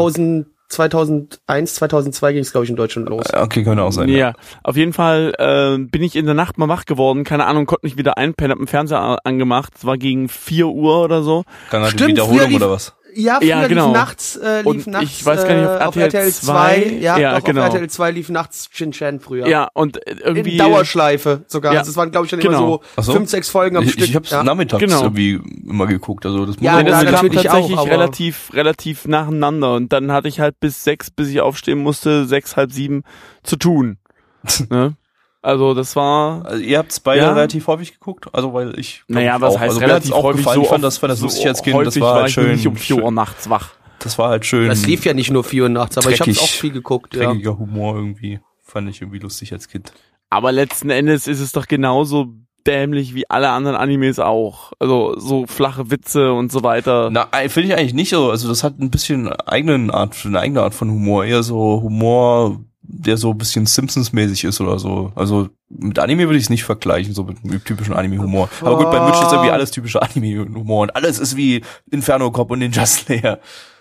2001, 2002 ging es, glaube ich, in Deutschland los. Okay, könnte auch sein. Ja, auf jeden Fall bin ich in der Nacht mal wach geworden. Keine Ahnung, konnte nicht wieder einpennen, hab den Fernseher angemacht. Es war gegen 4 Uhr oder so. Kann halt die Wiederholung oder was? Ja, früher genau. lief nachts, ich weiß gar nicht, auf RTL 2. Ja, doch, genau. auf RTL 2 lief nachts Shin-Chan früher. Ja, und irgendwie... In Dauerschleife sogar. Ja. Also es waren, glaube ich, dann immer so 5, 6 Folgen am Stück. Ich hab's nachmittags irgendwie immer geguckt. Also das muss ja, das kam natürlich tatsächlich auch, relativ nacheinander. Und dann hatte ich halt bis 6, bis ich aufstehen musste, 6, halb 7 zu tun. Ne? Also das war... Also ihr habt's beide relativ häufig geguckt? Also weil ich... Naja, was heißt relativ häufig? Ich fand das lustig als Kind. Das war halt schön. Nicht um 4 Uhr nachts wach. Das war halt schön. Das lief ja nicht nur 4 Uhr nachts, aber ich hab's auch viel geguckt. Dreckiger Humor irgendwie. Fand ich irgendwie lustig als Kind. Aber letzten Endes ist es doch genauso dämlich wie alle anderen Animes auch. Also so flache Witze und so weiter. Na, finde ich eigentlich nicht so. Also das hat ein bisschen eine eigene Art von Humor. Eher so Humor, der so ein bisschen Simpsons-mäßig ist oder so. Also mit Anime würde ich es nicht vergleichen, so mit dem typischen Anime-Humor. Aber gut, bei Mitch ist irgendwie alles typische Anime-Humor und alles ist wie Inferno Cop und Ninja Slayer.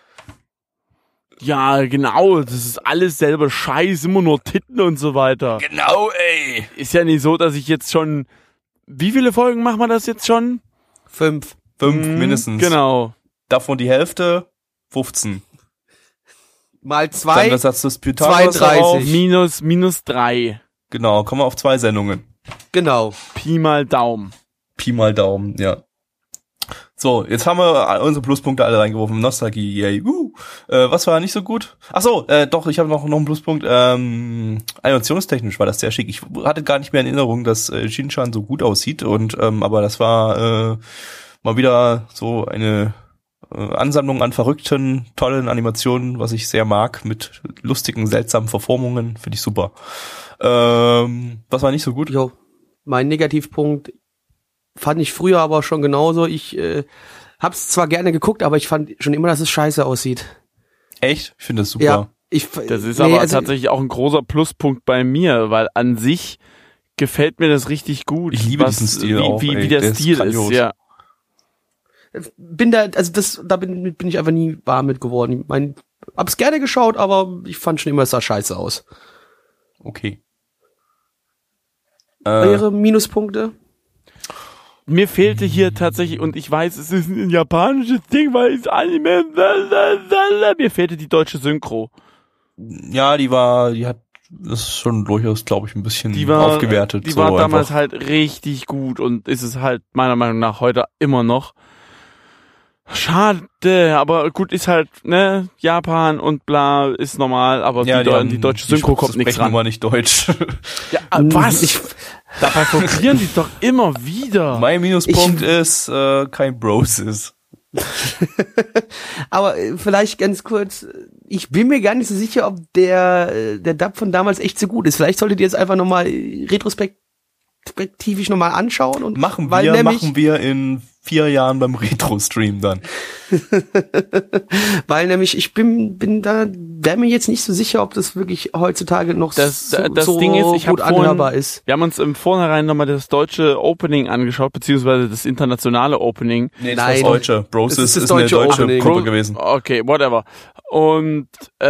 Ja, genau, das ist alles selber Scheiß, immer nur Titten und so weiter. Genau, ey. Ist ja nicht so, dass ich jetzt schon... Wie viele Folgen machen wir das jetzt schon? 5 mindestens. Genau. Davon die Hälfte 15. Mal 2, Dann das des Pythagoras 32. Minus 3. Genau, kommen wir auf 2 Sendungen. Genau. Pi mal Daumen. Pi mal Daumen, ja. So, jetzt haben wir unsere Pluspunkte alle reingeworfen. Nostalgie, yay. Was war nicht so gut? Ach so, doch, ich habe noch einen Pluspunkt. Animationstechnisch war das sehr schick. Ich hatte gar nicht mehr in Erinnerung, dass Shin-Chan so gut aussieht. Und aber das war mal wieder so eine Ansammlung an verrückten, tollen Animationen, was ich sehr mag, mit lustigen, seltsamen Verformungen. Finde ich super. Was war nicht so gut? Jo, mein Negativpunkt fand ich früher aber schon genauso. Ich hab's zwar gerne geguckt, aber ich fand schon immer, dass es scheiße aussieht. Echt? Ich finde das super. Ja, das ist aber tatsächlich auch ein großer Pluspunkt bei mir, weil an sich gefällt mir das richtig gut. Ich liebe diesen Stil auch. Wie der Stil ist, ja. Da bin ich einfach nie warm mit geworden. hab's gerne geschaut, aber ich fand schon immer, es sah scheiße aus. Okay. Eure Minuspunkte? Mir fehlte hier tatsächlich, und ich weiß, es ist ein japanisches Ding, weil es Anime, mir fehlte die deutsche Synchro. Ja, das ist schon durchaus, glaube ich, ein bisschen aufgewertet. Die war damals halt richtig gut und ist es halt meiner Meinung nach heute immer noch. Schade, aber gut, ist halt, ne, Japan und bla, ist normal, aber ja, die deutsche Synchro kommt nichts ran. Mal nicht Deutsch. Ja, was? Dabei probieren die doch immer wieder. Mein Minuspunkt ist kein Broses. Aber vielleicht ganz kurz, ich bin mir gar nicht so sicher, ob der Dub von damals echt so gut ist. Vielleicht solltet ihr jetzt einfach nochmal retrospektivisch nochmal anschauen und machen wir in 4 Jahren beim Retro-Stream dann. Weil nämlich ich wäre mir jetzt nicht so sicher, ob das wirklich heutzutage noch das so Ding ist, gut anhörbar ist. Wir haben uns im Vornherein nochmal das deutsche Opening angeschaut, beziehungsweise das internationale Opening. Nee, das ist deutsche. Broses ist eine deutsche Opening. Gruppe gewesen. Okay, whatever. Und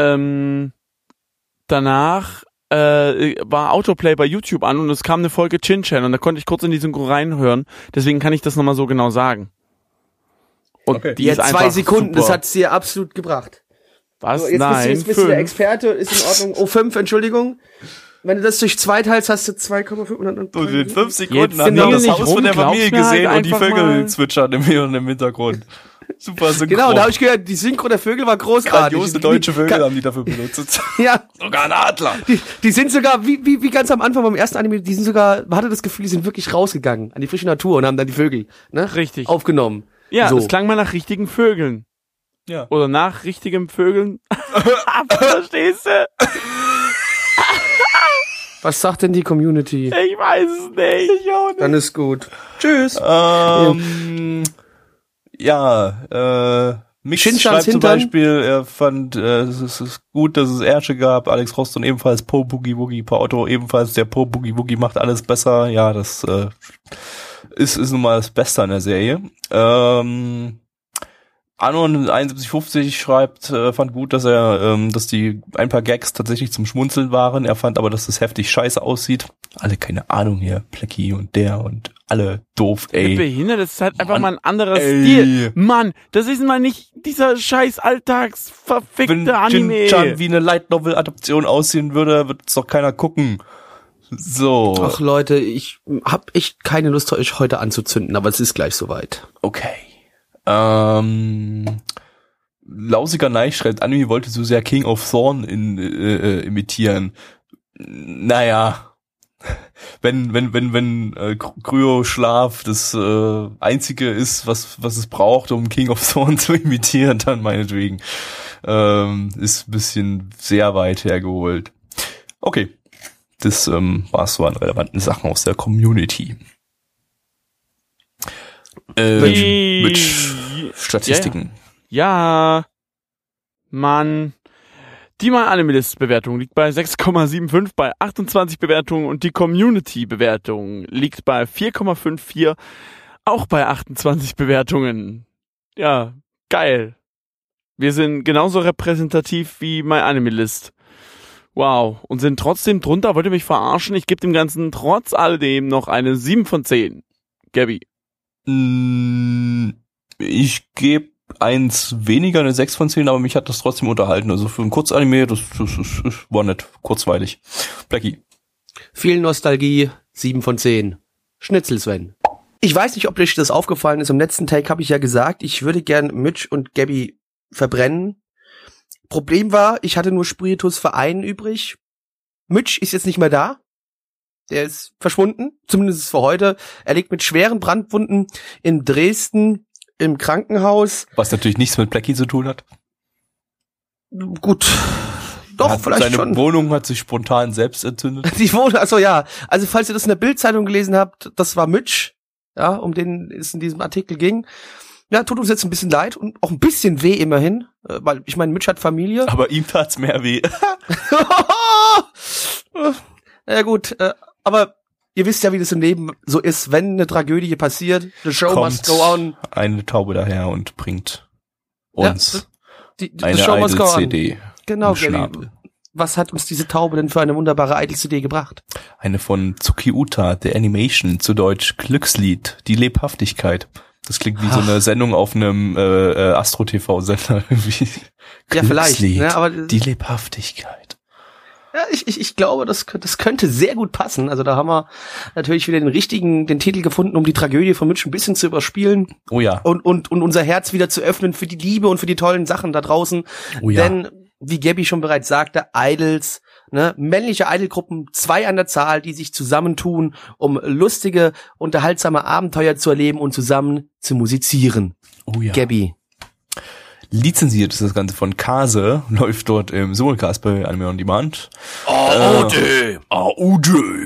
danach war Autoplay bei YouTube an und es kam eine Folge Chin-Chan und da konnte ich kurz in die Synchro reinhören. Deswegen kann ich das nochmal so genau sagen. Und okay. die ist einfach 2 Sekunden, super. das hat's dir absolut gebracht. Was? So, jetzt Nein, bist du der Experte, ist in Ordnung. Oh, 5, Entschuldigung. Wenn du das durch 2 teilst, hast du 2,5. Und in 5 Sekunden Jetzt haben wir das nicht Haus von der rum, Familie glaub's mir gesehen halt und die einfach Vögel mal. zwitschern im Hintergrund. Super synchron. Genau, da habe ich gehört, die Synchro der Vögel war großartig. Grandiose deutsche Vögel haben die dafür benutzt. Ja. Sogar ein Adler. Die sind sogar, wie ganz am Anfang beim ersten Anime, die sind sogar, man hatte das Gefühl, die sind wirklich rausgegangen an die frische Natur und haben dann die Vögel, ne? Richtig. Aufgenommen. Ja, so. es klang mal nach richtigen Vögeln. Ja. Oder nach richtigem Vögeln. Verstehst du? Was sagt denn die Community? Ich weiß es nicht. Ich auch nicht. Dann ist gut. Tschüss. Mix Shinchans schreibt zum Hintern. Beispiel, er fand es ist gut, dass es Ärsche gab, Alex Roston ebenfalls Po Boogie Woogie, Pa Otto ebenfalls, der Po Boogie Woogie macht alles besser, ja, das ist nun mal das Beste an der Serie. Anon 7150 schreibt, fand gut, dass dass die ein paar Gags tatsächlich zum Schmunzeln waren. Er fand aber, dass das heftig scheiße aussieht. Alle keine Ahnung hier, Plecky und der und alle doof, ey. Behindert, das ist halt einfach Mann, mal ein anderer ey. Stil. Mann, das ist mal nicht dieser scheiß alltagsverfickte Wenn Anime. Shin-Chan wie eine Light Novel Adaption aussehen würde, wird es doch keiner gucken. So. Ach Leute, ich hab echt keine Lust, euch heute anzuzünden, aber es ist gleich soweit. Okay. Lausiger Neich schreibt, Anime wollte so sehr King of Thorn imitieren. Naja. Wenn Kryoschlaf das einzige ist, was es braucht, um King of Thorn zu imitieren, dann meinetwegen. Ist ein bisschen sehr weit hergeholt. Okay. Das war's so an relevanten Sachen aus der Community. Mit Statistiken. Ja. Mann. Die My-Anime-List-Bewertung liegt bei 6,75 bei 28 Bewertungen und die Community-Bewertung liegt bei 4,54, auch bei 28 Bewertungen. Ja, geil. Wir sind genauso repräsentativ wie My-Anime-List. Wow. Und sind trotzdem drunter. Wollt ihr mich verarschen? Ich gebe dem Ganzen trotz alledem noch eine 7 von 10. Gabby. Ich gebe 1 weniger, eine 6 von 10, aber mich hat das trotzdem unterhalten. Also für ein Kurzanime, das war nett, kurzweilig. Blackie. Viel Nostalgie, 7 von 10. Schnitzel Sven. Ich weiß nicht, ob euch das aufgefallen ist. Im letzten Take habe ich ja gesagt, ich würde gern Mitch und Gabby verbrennen. Problem war, ich hatte nur Spiritus für einen übrig. Mitch ist jetzt nicht mehr da. Der ist verschwunden, zumindest für heute. Er liegt mit schweren Brandwunden in Dresden im Krankenhaus. Was natürlich nichts mit Blackie zu tun hat. Gut, doch, vielleicht seine schon. Wohnung hat sich spontan selbst entzündet. Die Wohnung, achso, ja. Also falls ihr das in der Bildzeitung gelesen habt, das war Mitch, ja, um den es in diesem Artikel ging. Ja, tut uns jetzt ein bisschen leid und auch ein bisschen weh immerhin, weil ich meine, Mitch hat Familie. Aber ihm tat's mehr weh. Ja gut, aber ihr wisst ja, wie das im Leben so ist, wenn eine Tragödie passiert, the show must go on. Eine Taube daher und bringt uns Eine Show must go on. Idol-CD. Genau, im Schnabel. Gabi. Was hat uns diese Taube denn für eine wunderbare Idol-CD gebracht? Eine von Tsuki Uta, The Animation, zu Deutsch Glückslied, die Lebhaftigkeit. Das klingt wie so eine Sendung auf einem Astro-TV-Sender irgendwie. Ja, vielleicht. Glückslied, Ne, aber die Lebhaftigkeit. ja, ich glaube, das könnte sehr gut passen. Also da haben wir natürlich wieder den Titel gefunden, um die Tragödie von Mitch ein bisschen zu überspielen. Oh ja. Und unser Herz wieder zu öffnen für die Liebe und für die tollen Sachen da draußen. Oh ja. Denn, wie Gabby schon bereits sagte, Idols, ne, männliche Idolgruppen, 2 an der Zahl, die sich zusammentun, um lustige, unterhaltsame Abenteuer zu erleben und zusammen zu musizieren. Oh ja. Gabby. Lizenziert ist das Ganze von Kase, läuft dort im Simulcast bei Anime On Demand. AOD.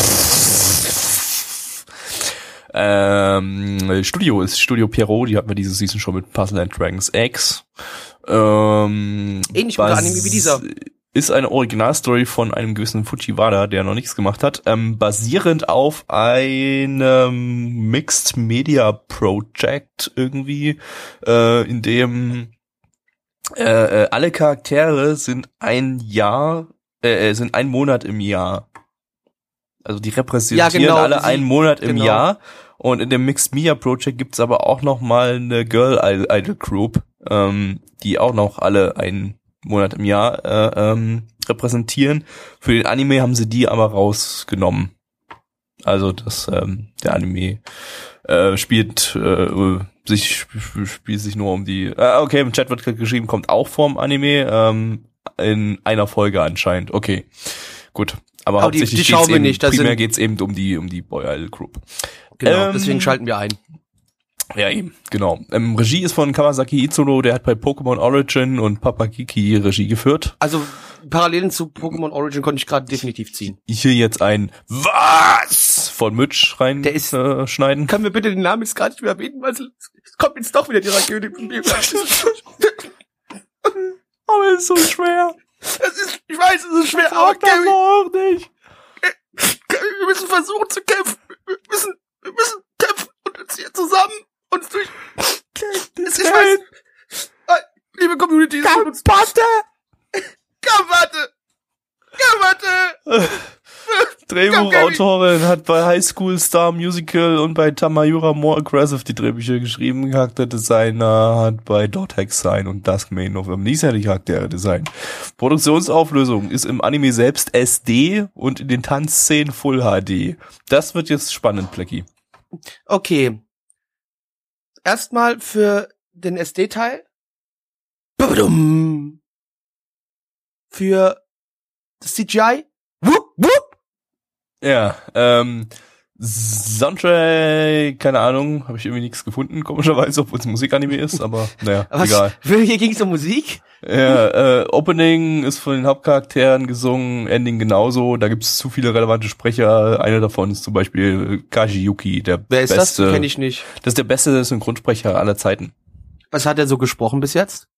Studio ist Studio Pierrot, die hatten wir diese Season schon mit Puzzle and Dragons X. Ähnlich guter Anime wie dieser. Ist eine Originalstory von einem gewissen Fujiwara, der noch nichts gemacht hat, basierend auf einem Mixed Media Project irgendwie, in dem alle Charaktere sind ein Monat im Jahr. Also die repräsentieren alle einen Monat im Jahr. Und in dem Mixed Media Project gibt's aber auch noch mal eine Girl Idol Group, die auch noch alle einen Monat im Jahr repräsentieren. Für den Anime haben sie die aber rausgenommen. Also das der Anime spielt sich nur um die. Okay, im Chat wird geschrieben, kommt auch vorm Anime in einer Folge anscheinend. Okay, gut. Aber hauptsächlich die schauen wir nicht. Primär geht's eben um die Boy Idol Group. Genau, deswegen schalten wir ein. Ja, eben, genau. Regie ist von Kawasaki Itsuno, der hat bei Pokémon Origin und Papagiki Regie geführt. Also Parallelen zu Pokémon Origin konnte ich gerade definitiv ziehen. Hier jetzt ein Was von Mitch rein schneiden. Können wir bitte den Namen jetzt gar nicht mehr erwähnen, weil es kommt jetzt doch wieder die Tragödie von mir. Aber es ist so schwer. Ich weiß, es ist schwer, aber Gabby, auch nicht. Wir müssen versuchen zu kämpfen. Wir müssen kämpfen und uns hier zusammen uns durch. Ich weiß. Liebe Community, Warte! Drehbuchautorin hat bei High School Star Musical und bei Tamayura More Aggressive die Drehbücher geschrieben. Charakterdesigner hat bei Dot Hack Sign und Duskmane of Amnesia die Charaktere designt. Produktionsauflösung ist im Anime selbst SD und in den Tanzszenen Full HD. Das wird jetzt spannend, Blackie. Okay. Erstmal für den SD-Teil. Für das CGI. Ja, Soundtrack, keine Ahnung, habe ich irgendwie nichts gefunden, komischerweise, obwohl es ein Musikanime ist, aber naja, egal. Hier ging's um Musik? Ja, Opening ist von den Hauptcharakteren gesungen, Ending genauso, da gibt's zu viele relevante Sprecher, einer davon ist zum Beispiel Kaji Yuki, der Wer ist beste. das? Kenn ich nicht. Das ist der beste Synchronsprecher aller Zeiten. Was hat er so gesprochen bis jetzt?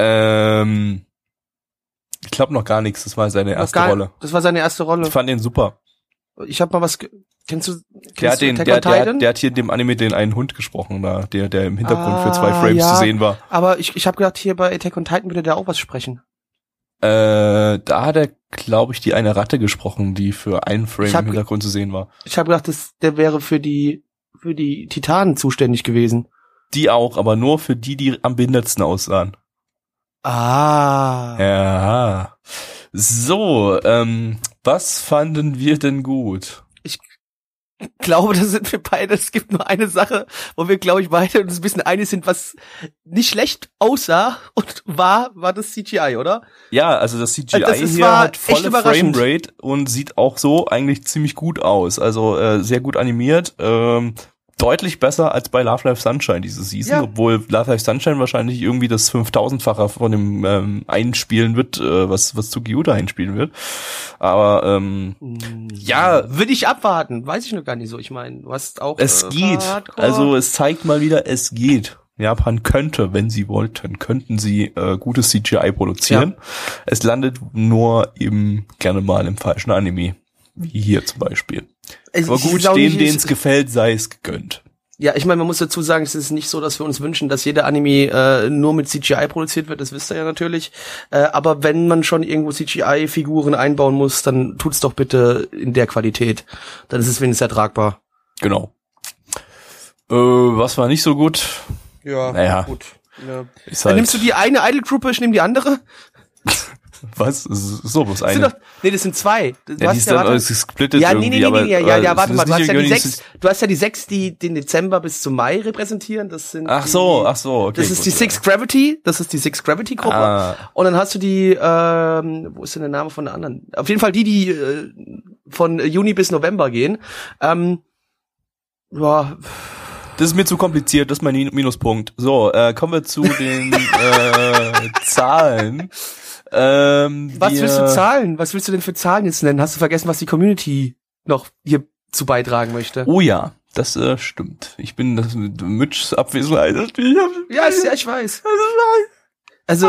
Ich glaube noch gar nichts, das war seine erste Rolle. Das war seine erste Rolle. Ich fand den super. Ich habe mal was. Kennst du Der hat hier in dem Anime den einen Hund gesprochen, da, der im Hintergrund für 2 Frames zu sehen war. Aber ich habe gedacht, hier bei Attack on Titan würde der auch was sprechen. Da hat er, glaube ich, die eine Ratte gesprochen, die für einen Frame im Hintergrund zu sehen war. Ich habe gedacht, der wäre für die Titanen zuständig gewesen. Die auch, aber nur für die am behindertsten aussahen. Ah. Ja. So, was fanden wir denn gut? Ich glaube, da sind wir beide. Es gibt nur eine Sache, wo wir, glaube ich, beide uns ein bisschen einig sind, was nicht schlecht aussah und war das CGI, oder? Ja, also das CGI hier hat volle Framerate und sieht auch so eigentlich ziemlich gut aus. Also sehr gut animiert. Deutlich besser als bei Love Live Sunshine diese Season, obwohl Love Live Sunshine wahrscheinlich irgendwie das 5000-fache von dem einspielen wird, was Tsuki Uta einspielen wird. Aber ja, würde ich abwarten, weiß ich noch gar nicht so. Ich meine, du hast auch es geht. Also es zeigt mal wieder, es geht. Japan könnte, wenn sie wollten, könnten sie gutes CGI produzieren. Ja. Es landet nur eben gerne mal im falschen Anime, wie hier zum Beispiel. Aber gut, denen es gefällt, sei es gegönnt. Ja, ich meine, man muss dazu sagen, es ist nicht so, dass wir uns wünschen, dass jeder Anime nur mit CGI produziert wird, das wisst ihr ja natürlich. Aber wenn man schon irgendwo CGI-Figuren einbauen muss, dann tut's doch bitte in der Qualität. Dann ist es wenigstens ertragbar. Genau. Was war nicht so gut? Ja, naja, gut. Ja. Ist Dann halt, nimmst du die eine Idol-Gruppe, ich nehme die andere. was? Das ist so bloß Das eine. sind doch, nee, das sind zwei. Du Ja, die ist dann gesplittet ja, irgendwie, nee, aber warte mal, das ist nicht du hast ja die 6, die den Dezember bis zum Mai repräsentieren, das sind Ach so, okay. das ist gut, die Six Gravity, das ist die Six Gravity Gruppe. Und dann hast du die, wo ist denn der Name von der anderen? Auf jeden Fall die von Juni bis November gehen. Ja. Das ist mir zu kompliziert, das ist mein Minuspunkt. So, kommen wir zu den Zahlen. Was willst du zahlen? Was willst du denn für Zahlen jetzt nennen? Hast du vergessen, was die Community noch hier zu beitragen möchte? Oh ja, das stimmt. Ich bin das mit Mitchs Abwesenheit. Ja, ich weiß. Also,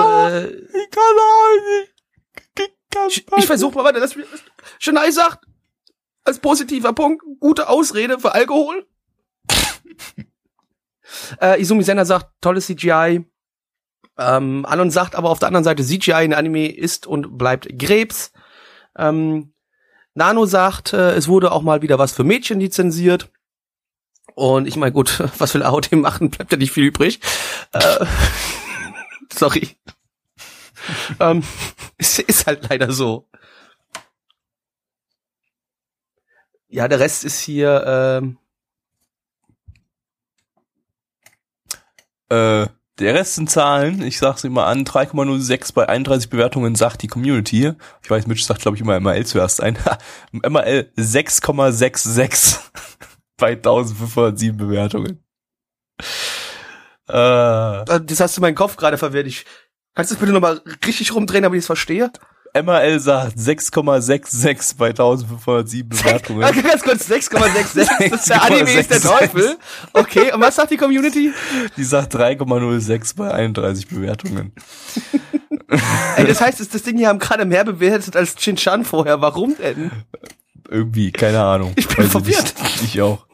ich versuche mal weiter, dass Shanai sagt, als positiver Punkt, gute Ausrede für Alkohol. Izumi Senna sagt, tolles CGI. Anon sagt aber auf der anderen Seite, CGI in Anime ist und bleibt Krebs. Nano sagt, es wurde auch mal wieder was für Mädchen lizenziert. Und ich meine, gut, was will AOT machen, bleibt ja nicht viel übrig. Sorry. Es ist halt leider so. Ja, der Rest ist hier, der Rest sind Zahlen, ich sag's immer an, 3,06 bei 31 Bewertungen sagt die Community. Ich weiß, Mitch sagt, glaube ich, immer MRL zuerst ein. MRL 6,66 bei 1507 Bewertungen. das hast du meinen Kopf gerade verwirrt. Kannst du das bitte nochmal richtig rumdrehen, damit ich es verstehe? MRL sagt 6,66 bei 1507 Bewertungen. Ganz kurz, 6,66. Das ist der Anime ist der Teufel. Okay, und was sagt die Community? Die sagt 3,06 bei 31 Bewertungen. Ey, das heißt, das Ding hier haben gerade mehr bewertet als Shin-Chan vorher. Warum denn? Irgendwie, keine Ahnung. Ich bin verwirrt. Ich auch.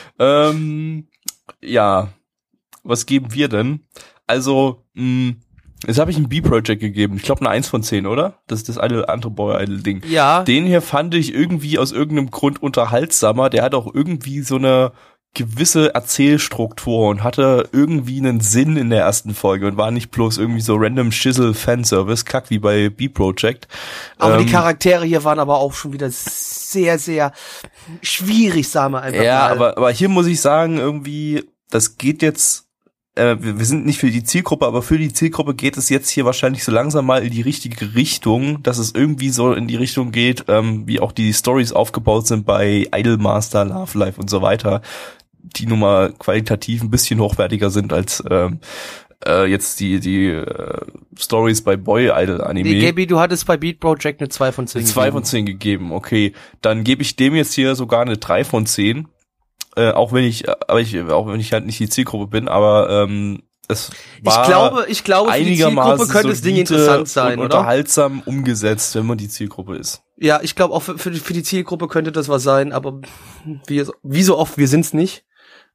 Ja, was geben wir denn? Also, jetzt habe ich ein B-Project gegeben. Ich glaube eine 1 von 10, oder? Das ist das andere Boy-Idol-Ding. Ja. Den hier fand ich irgendwie aus irgendeinem Grund unterhaltsamer. Der hat auch irgendwie so eine gewisse Erzählstruktur und hatte irgendwie einen Sinn in der ersten Folge und war nicht bloß irgendwie so random Schissel-Fanservice, kack wie bei B-Project. Aber die Charaktere hier waren aber auch schon wieder sehr, sehr schwierig, sagen wir einfach mal. Aber hier muss ich sagen, irgendwie, das geht jetzt, wir sind nicht für die Zielgruppe, aber für die Zielgruppe geht es jetzt hier wahrscheinlich so langsam mal in die richtige Richtung, dass es irgendwie so in die Richtung geht, wie auch die Stories aufgebaut sind bei Idolmaster, Love Life und so weiter, die nun mal qualitativ ein bisschen hochwertiger sind als jetzt die Stories bei Boy Idol Anime. Nee, Gaby, du hattest bei Beat Project eine 2 von 10 gegeben. 2 von 10 gegeben, okay. Dann gebe ich dem jetzt hier sogar eine 3 von 10. Auch wenn ich halt nicht die Zielgruppe bin, aber es war ich glaube für die Zielgruppe könnte das Ding interessant sein, und oder? Unterhaltsam umgesetzt, wenn man die Zielgruppe ist. Ja, ich glaube auch für die Zielgruppe könnte das was sein, aber wie so oft, wir sind's nicht.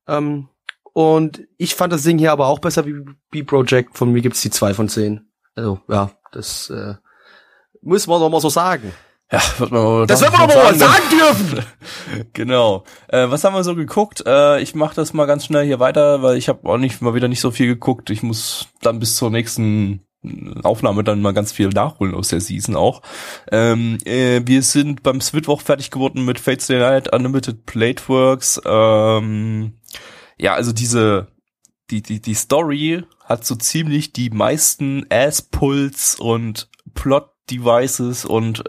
Und ich fand das Ding hier aber auch besser wie B-Project. Von mir gibt's die 2 von 10. Also, ja, das müssen wir doch mal so sagen. Ja, das wird man doch mal sagen dürfen. Genau. Was haben wir so geguckt? Ich mache das mal ganz schnell hier weiter, weil ich habe auch mal wieder nicht so viel geguckt. Ich muss dann bis zur nächsten Aufnahme dann mal ganz viel nachholen aus der Season auch. Wir sind beim Mittwoch fertig geworden mit Fate Stay Night Unlimited Plateworks. Ja, also die Story hat so ziemlich die meisten Ass-Pulls und Plot-Devices und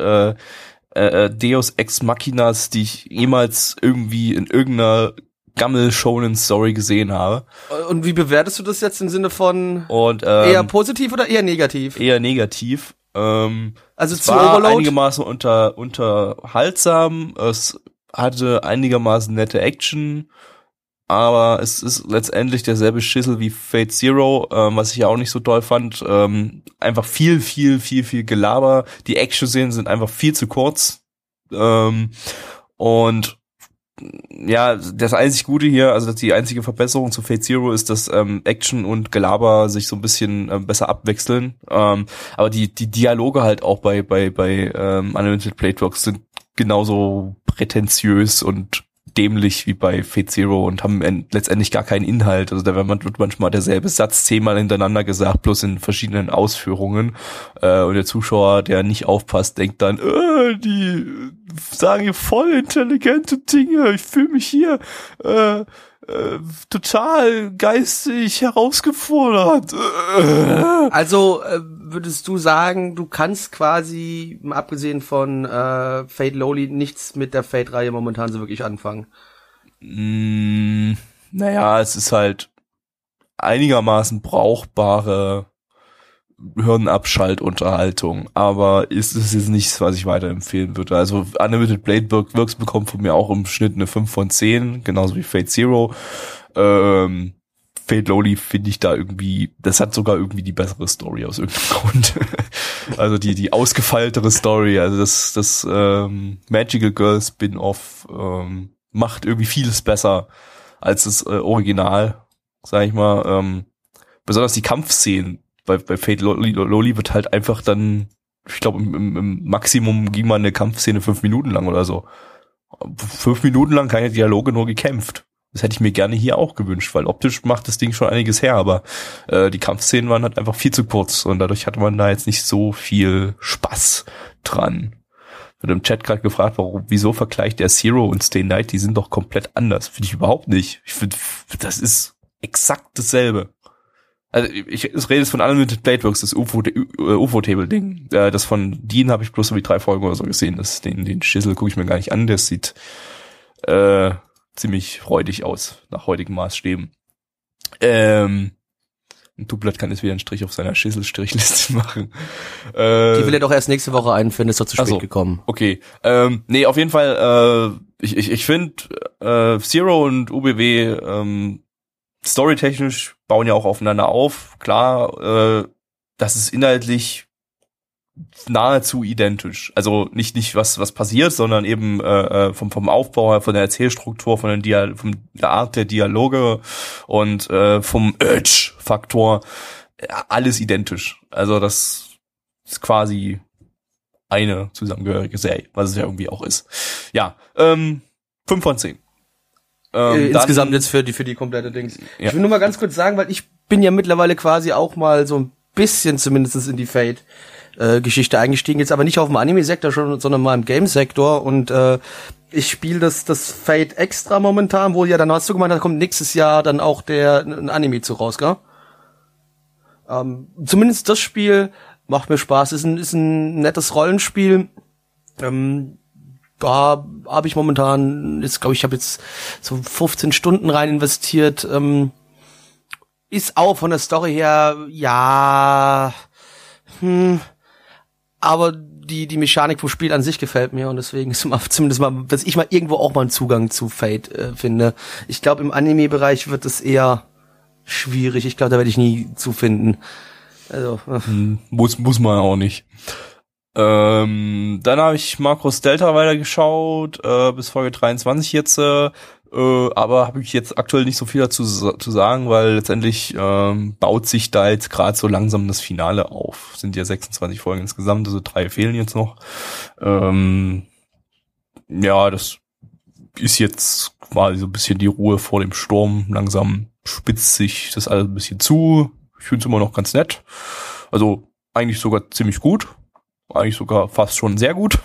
Deus Ex Machinas, die ich jemals irgendwie in irgendeiner Gammel-Shonen-Story gesehen habe. Und wie bewertest du das jetzt im Sinne von und, eher positiv oder eher negativ? Eher negativ. Also es zu war Overload? einigermaßen unterhaltsam, es hatte einigermaßen nette Action, aber es ist letztendlich derselbe Schissel wie Fate Zero, was ich ja auch nicht so toll fand. Einfach viel Gelaber. Die Action-Szenen sind einfach viel zu kurz. Und ja, das einzig Gute hier, also die einzige Verbesserung zu Fate Zero ist, dass Action und Gelaber sich so ein bisschen besser abwechseln. Aber die Dialoge halt auch bei Unlimited Blade Works sind genauso prätentiös und dämlich wie bei Fate Zero und haben letztendlich gar keinen Inhalt. Also da wird manchmal derselbe Satz 10-mal hintereinander gesagt, bloß in verschiedenen Ausführungen. Und der Zuschauer, der nicht aufpasst, denkt dann, die sagen hier voll intelligente Dinge. Ich fühle mich hier total geistig herausgefordert. Also würdest du sagen, du kannst quasi, mal abgesehen von Fate Lowly, nichts mit der Fate-Reihe momentan so wirklich anfangen? Naja, es ist halt einigermaßen brauchbare Hirnabschaltunterhaltung, aber ist es jetzt nichts, was ich weiterempfehlen würde. Also Unlimited Blade Works bekommt von mir auch im Schnitt eine 5 von 10, genauso wie Fate Zero. Fate Lowly finde ich da irgendwie, das hat sogar irgendwie die bessere Story aus irgendeinem Grund. Also die ausgefeiltere Story, also das Magical Girl Spin-Off macht irgendwie vieles besser als das Original, sag ich mal. Besonders die Kampfszenen bei Fate Lowly wird halt einfach dann, ich glaube im Maximum ging mal eine Kampfszene 5 Minuten lang oder so. 5 Minuten lang keine Dialoge, nur gekämpft. Das hätte ich mir gerne hier auch gewünscht, weil optisch macht das Ding schon einiges her, aber die Kampfszenen waren halt einfach viel zu kurz und dadurch hatte man da jetzt nicht so viel Spaß dran. Wird im Chat gerade gefragt, wieso vergleicht der Zero und Stay Night, die sind doch komplett anders. Finde ich überhaupt nicht. Ich finde, das ist exakt dasselbe. Also ich rede jetzt von Unlimited Blade Works, das UFO-Table-Ding. Das von Dean habe ich bloß so wie 3 Folgen oder so gesehen. Den Schissel gucke ich mir gar nicht an. Das sieht ziemlich räudig aus, nach heutigen Maßstäben. Ein Dublat kann jetzt wieder einen Strich auf seiner Schissel-Strichliste machen. Die will er doch erst nächste Woche einfinden, ist doch zu spät gekommen. Okay. Nee, auf jeden Fall, ich finde, Zero und UBW, storytechnisch bauen ja auch aufeinander auf. Klar, das ist inhaltlich nahezu identisch. Also nicht was passiert, sondern eben vom Aufbau her, von der Erzählstruktur, von der Art der Dialoge und vom Urge-Faktor alles identisch. Also das ist quasi eine zusammengehörige Serie, was es ja irgendwie auch ist. Ja, 5 von 10. Insgesamt jetzt für die komplette Dings. Ja. Ich will nur mal ganz kurz sagen, weil ich bin ja mittlerweile quasi auch mal so ein bisschen zumindest in die Fate-Geschichte eingestiegen, jetzt aber nicht auf dem Anime-Sektor schon, sondern mal im Game-Sektor und ich spiele das Fate Extra momentan, wo ja dann hast du gemeint, da kommt nächstes Jahr dann auch ein Anime zu raus, gell? Zumindest das Spiel macht mir Spaß, ist ein nettes Rollenspiel, da habe ich momentan, ich habe jetzt so 15 Stunden rein investiert. Ist auch von der Story her, ja, aber die Mechanik vom Spiel an sich gefällt mir und deswegen ist zumindest mal, dass ich mal irgendwo auch mal einen Zugang zu Fate finde. Ich glaube, im Anime-Bereich wird es eher schwierig. Ich glaube, da werde ich nie zu finden. Also muss man auch nicht. Dann habe ich Macross Delta weitergeschaut, bis Folge 23 jetzt, aber habe ich jetzt aktuell nicht so viel dazu zu sagen, weil letztendlich baut sich da jetzt gerade so langsam das Finale auf. Sind ja 26 Folgen insgesamt, also 3 fehlen jetzt noch. Ja, das ist jetzt quasi so ein bisschen die Ruhe vor dem Sturm. Langsam spitzt sich das alles ein bisschen zu. Ich finde es immer noch ganz nett. Also eigentlich sogar ziemlich gut. Eigentlich sogar fast schon sehr gut.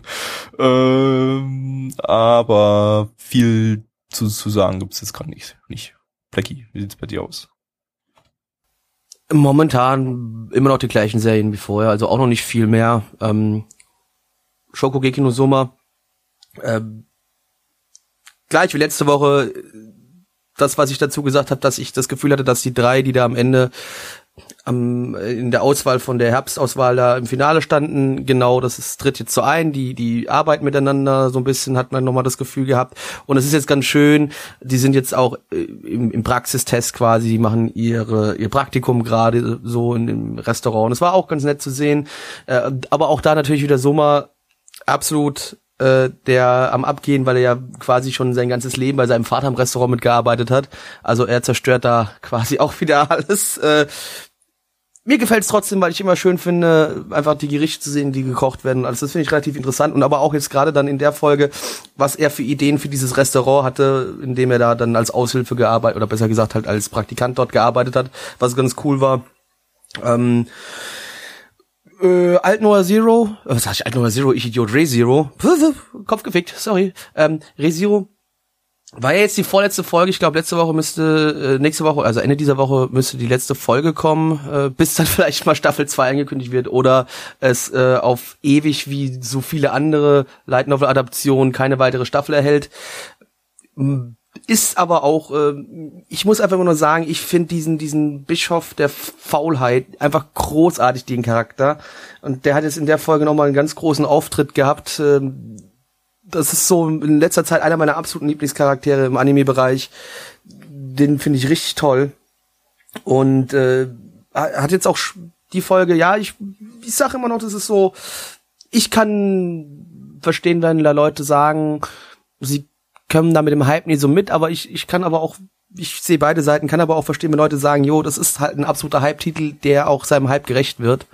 Aber viel zu sagen gibt's jetzt gerade nicht. Blackie, wie sieht's bei dir aus? Momentan immer noch die gleichen Serien wie vorher, also auch noch nicht viel mehr. Shokugeki no Soma. Gleich wie letzte Woche, das, was ich dazu gesagt habe, dass ich das Gefühl hatte, dass die 3, die da am Ende in der Auswahl von der Herbstauswahl da im Finale standen, genau, das tritt jetzt so ein, die arbeiten miteinander so ein bisschen, hat man nochmal das Gefühl gehabt und es ist jetzt ganz schön, die sind jetzt auch im Praxistest quasi, die machen ihr Praktikum gerade so in dem Restaurant und es war auch ganz nett zu sehen, aber auch da natürlich wieder Sommer absolut der am Abgehen, weil er ja quasi schon sein ganzes Leben bei seinem Vater im Restaurant mitgearbeitet hat. Also er zerstört da quasi auch wieder alles. Mir gefällt's trotzdem, weil ich immer schön finde, einfach die Gerichte zu sehen, die gekocht werden. Also das finde ich relativ interessant. Und aber auch jetzt gerade dann in der Folge, was er für Ideen für dieses Restaurant hatte, in dem er da dann als Aushilfe gearbeitet, oder besser gesagt halt als Praktikant dort gearbeitet hat, was ganz cool war. Alt-Noah Zero, was sag ich, Alt-Noah Zero, ich Idiot, Re:Zero, Kopf gefickt, sorry, Re:Zero, war ja jetzt die vorletzte Folge, ich glaube nächste Woche, also Ende dieser Woche müsste die letzte Folge kommen, bis dann vielleicht mal Staffel 2 angekündigt wird oder es auf ewig wie so viele andere Light Novel Adaptionen keine weitere Staffel erhält. Ist aber auch, ich muss einfach nur sagen, ich finde diesen Bischof der Faulheit einfach großartig, den Charakter. Und der hat jetzt in der Folge nochmal einen ganz großen Auftritt gehabt. Das ist so in letzter Zeit einer meiner absoluten Lieblingscharaktere im Anime-Bereich. Den finde ich richtig toll. Und hat jetzt auch die Folge, ja, ich sag immer noch, das ist so, ich kann verstehen, wenn da Leute sagen, sie können da mit dem Hype nicht so mit, aber ich kann aber auch, ich sehe beide Seiten, kann aber auch verstehen, wenn Leute sagen, jo, das ist halt ein absoluter Hype-Titel, der auch seinem Hype gerecht wird.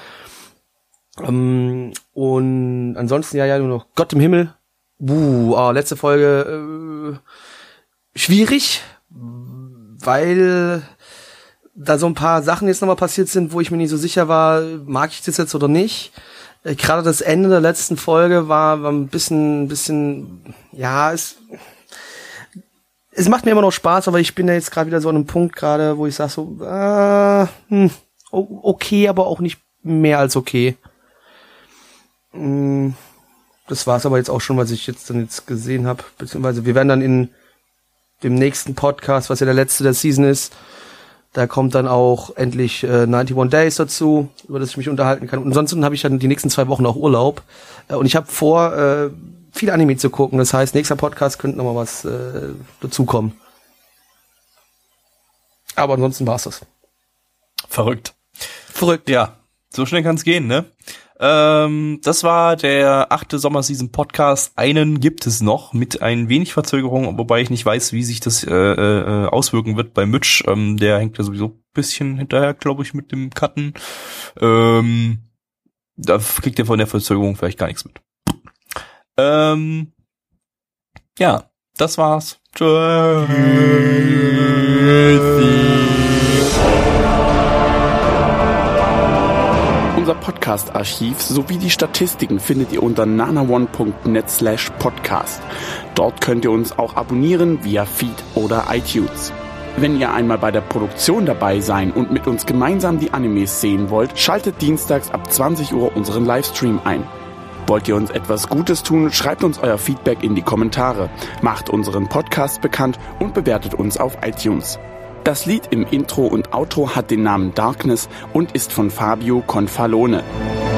Und ansonsten ja nur noch Gott im Himmel. Letzte Folge schwierig, weil da so ein paar Sachen jetzt nochmal passiert sind, wo ich mir nicht so sicher war, mag ich das jetzt oder nicht. Gerade das Ende der letzten Folge war ein bisschen, ja, es macht mir immer noch Spaß, aber ich bin ja jetzt gerade wieder so an einem Punkt gerade, wo ich sage so, okay, aber auch nicht mehr als okay. Das war's aber jetzt auch schon, was ich jetzt gesehen habe, beziehungsweise wir werden dann in dem nächsten Podcast, was ja der letzte der Season ist, da kommt dann auch endlich 91 Days dazu, über das ich mich unterhalten kann. Und ansonsten habe ich dann die nächsten 2 Wochen auch Urlaub. Und ich habe vor, viel Anime zu gucken. Das heißt, nächster Podcast könnte noch mal was dazukommen. Aber ansonsten war's das. Verrückt. Ja, so schnell kann's gehen, ne? Das war der 8. Sommerseason-Podcast. Einen gibt es noch mit ein wenig Verzögerung, wobei ich nicht weiß, wie sich das auswirken wird bei Mitch. Der hängt ja sowieso ein bisschen hinterher, glaube ich, mit dem Cutten. Da kriegt ihr von der Verzögerung vielleicht gar nichts mit. Ja, das war's. Tschüss. Unser Podcast-Archiv sowie die Statistiken findet ihr unter nanaone.net/podcast. Dort könnt ihr uns auch abonnieren via Feed oder iTunes. Wenn ihr einmal bei der Produktion dabei sein und mit uns gemeinsam die Animes sehen wollt, schaltet dienstags ab 20 Uhr unseren Livestream ein. Wollt ihr uns etwas Gutes tun, schreibt uns euer Feedback in die Kommentare, macht unseren Podcast bekannt und bewertet uns auf iTunes. Das Lied im Intro und Outro hat den Namen Darkness und ist von Fabio Confalone.